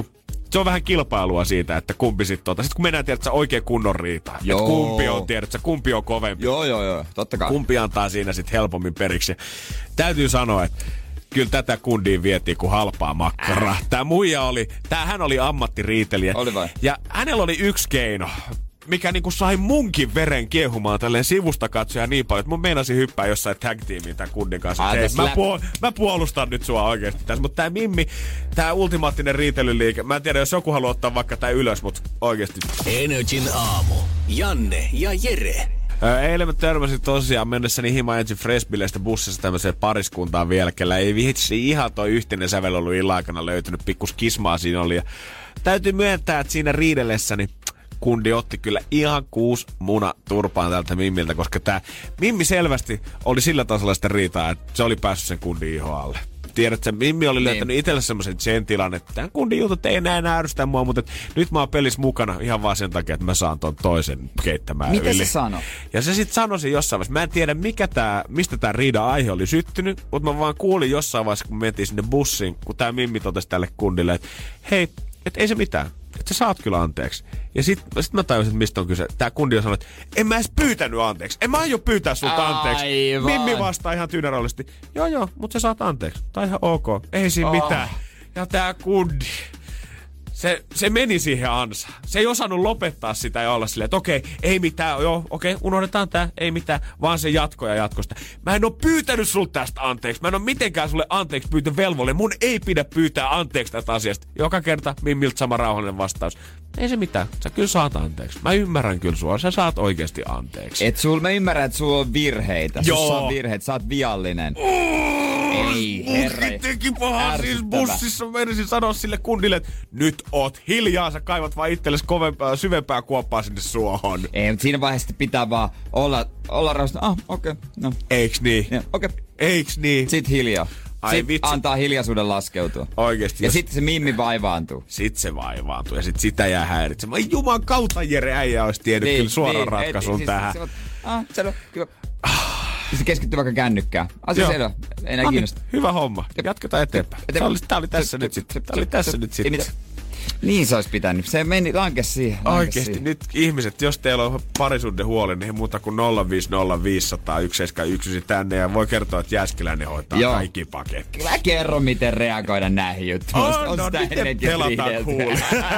se on vähän kilpailua siitä, että kumpi sit tota. Sitten kun mennään, tiedätkö, oikein kunnon riitaa. Että kumpi on, tiedätkö, kumpi on kovempi. Joo, joo, joo, totta kai. Kumpi antaa siinä sit helpommin periksi. Täytyy sanoa, että kyllä tätä kundiin vietiin kuin halpaa makkaraa. Tää muija oli, tää hän oli ammattiriitelijä. Oli vai? Ja hänellä oli yksi keino, mikä niinku sai munkin veren kiehumaan tälleen sivusta katsoja niin paljon, että mun meinasin hyppää jossain tag-tiimiin tämän kundin kanssa. Hei, mä, puol- mä puolustan nyt sua oikeesti tässä. Mutta tää Mimmi, tää ultimaattinen riitelyliike, mä en tiedä, jos joku haluaa ottaa vaikka tää ylös, mutta oikeesti. Energin aamu. Janne ja Jere. Eilen mä törmäsin tosiaan mennessäni Hima Engine Freshbileistä bussissa tämmöiseen pariskuntaan vielä, kellä ei vitsi ihan toi yhteinen sävel ollut illan aikana löytynyt, pikkus kismaa siinä oli. Ja täytyy myöntää, että siinä riidellessäni kundi otti kyllä ihan kuusi muna turpaan tältä Mimmiltä, koska tää Mimmi selvästi oli sillä tasolla sitä riitaa, että se oli päässyt sen kundin iho alle. Tiedätkö, Mimmi oli löytänyt niin itselle semmoisen gentilan, että tämän kundin jutut ei enää näärystä mua, mutta nyt mä oon pelissä mukana ihan vaan sen takia, että mä saan ton toisen keittämään Mitä yli. se sanoi? Ja se sit sanoi jossain vaiheessa. Mä en tiedä, mikä tää, mistä tää riidan aihe oli syttynyt, mutta mä vaan kuulin jossain vaiheessa, kun mentiin sinne bussiin, kun tää Mimmi totesi tälle kundille, että hei, et ei se mitään. Että sä saat kyllä anteeksi. Ja sit, sit mä tajusin, että mistä on kyse. Tää kundi on sanonut, että en mä edes pyytänyt anteeksi. En mä aio pyytää sulta anteeksi. Aivan. Mimmi vastaa ihan tyynärollisesti. Joo joo, mutta sä saat anteeksi. Tai ihan ok. Ei siinä Oh. mitään. Ja tää kundi, se, se meni siihen ansaan. Se ei osannut lopettaa sitä ja olla silleen, että okei, ei mitään, joo, okei, unohdetaan tää, ei mitään, vaan se jatko ja jatko sitä. Mä en oo pyytänyt sulta tästä anteeksi. Mä en oo mitenkään sulle anteeksi pyytä velvolle. Mun ei pidä pyytää anteeksi tästä asiasta. Joka kerta Mimmiltä sama rauhallinen vastaus. Ei se mitään, sä kyllä saat anteeksi. Mä ymmärrän kyllä sua, sä saat oikeesti anteeksi. Et sul, mä ymmärrän, että sulla on virheitä. Joo. Sussa on virheitä, sä oot viallinen. Ei, herra. Muhki teki pahaa siis Ärsyttävää. bussissa. Menisin sanoa sille kundille, että nyt oot hiljaa, sä kaivat vaan itsellesi kovempaa, syvempää kuoppaa sinne suohon. Ei, mutta siinä vaiheessa pitää vaan olla, olla rauhassa. Ah, okei, okay, no. Eiks niin? Ja, okei. Okay. Eiks niin? Sit hiljaa. Ai sit vitsi. antaa hiljaisuuden laskeutua. Oikeesti. Ja jos... sitten se Mimmi vaivaantuu. Sit se vaivaantuu ja sit sitä jää häiritsemään. Ai juman kautta Jere äijä olisi tiennyt niin, kyllä suoran niin, ratkaisun siis, tähän. Se, se, ah, selvä, kyllä. Se keskittyy vaikka kännykkään. Asia Joo. selvä. Ei enää Anni, kiinnosta. hyvä homma. Jatketaan eteenpäin. Tää oli, tää oli tässä nyt sitten. Tää oli tässä nyt sitten. Niin se olisi pitänyt. Se meni, lankes siihen. Oikeesti nyt ihmiset, jos teillä on parisuuden huoli, niin muuta kuin nolla viisi nolla viisi nolla nolla yksi seitsemän yksi tänne ja voi kertoa, että Jääskeläinen hoitaa Joo. kaikki paketti. Mä kerron, miten reagoida näihin juttuihin. Oh, no miten pelataan kuule.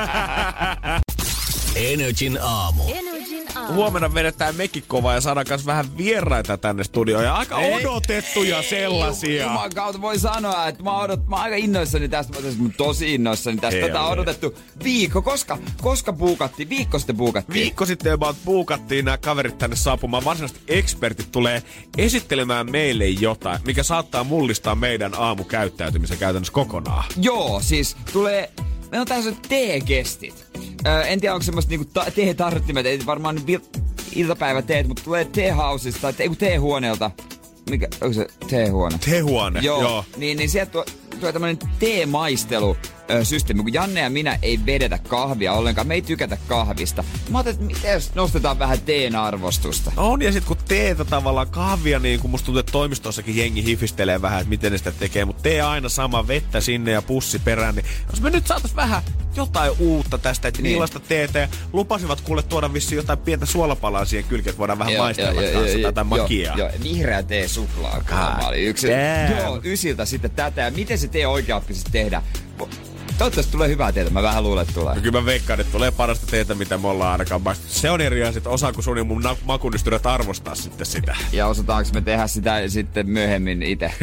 Energin aamu. Energin aamu. Huomenna vedetään mekin kovaa ja saadaan kanssa vähän vieraita tänne studioon ja aika ei, odotettuja ei, sellaisia. Juman kautta voi sanoa, että mä, odot, mä oon aika innoissani tästä, mä oon tosi innoissani tästä. Ei Tätä on ole. odotettu viikko. Koska, koska buukattiin? Viikko sitten buukattiin. Viikko sitten about buukattiin nämä kaverit tänne saapumaan. Varsinaisesti ekspertit tulee esittelemään meille jotain, mikä saattaa mullistaa meidän aamukäyttäytymisen käytännössä kokonaan. Joo, siis tulee... Meillä on tällaiset teekestit. Öö, en tiedä, onko semmoista niinku ta- teetarttimet, ei varmaan vil- iltapäiväteet, mutta tulee teehausista tai te- teehuoneelta. Mikä, onko se teehuone? Tehuone, joo. joo. Niin, niin sieltä tuo, tulee tämmönen teemaistelusysteemi, kun Janne ja minä ei vedetä kahvia ollenkaan. Me ei tykätä kahvista. Mä ajattelin, että miten jos nostetaan vähän teen arvostusta? On, ja sit kun teetä tavallaan kahvia, niin kun musta tuntuu, että toimistossakin jengi hifistelee vähän, että miten ne sitä tekee, mutta tee aina sama, vettä sinne ja pussi perään, niin jos me nyt saatais vähän jotain uutta tästä, että niin. millaista teetä, ja lupasivat kuule tuoda vissiin jotain pientä suolapalaa siihen kylkeen, että voidaan vähän Joo, maistella joo, kanssa joo, tätä joo, makiaa. Joo, vihreä tee suklaa. Mä olin yksi. damn. Joo, ysiltä sitten tätä. Ja miten se tee oikeaoppisesti tehdään? Toivottavasti tulee hyvää teetä. Mä vähän luulen, että tulee. No kyllä mä veikkaan, että tulee parasta teetä, mitä me ollaan ainakaan maistettu. Se on eri asia, että osaako sun ja mun na- makunystyrät arvostaa sitten sitä. Ja osataanko me tehdä sitä sitten myöhemmin itse?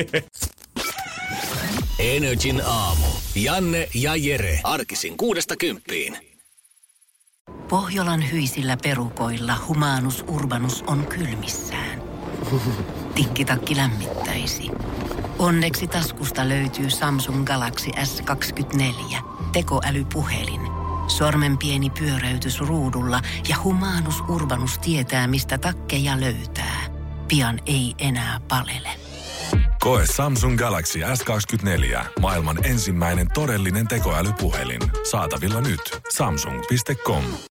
Energin aamu. Janne ja Jere. Arkisin kuudesta kymppiin. Pohjolan hyisillä perukoilla Humanus Urbanus on kylmissään. Tikkitakki lämmittäisi. Onneksi taskusta löytyy Samsung Galaxy S kaksikymmentäneljä. Tekoälypuhelin. Sormen pieni pyöräytys ruudulla ja Humanus Urbanus tietää, mistä takkeja löytää. Pian ei enää palele. Koe Samsung Galaxy S kaksikymmentäneljä. Maailman ensimmäinen todellinen tekoälypuhelin. Saatavilla nyt. Samsung piste com.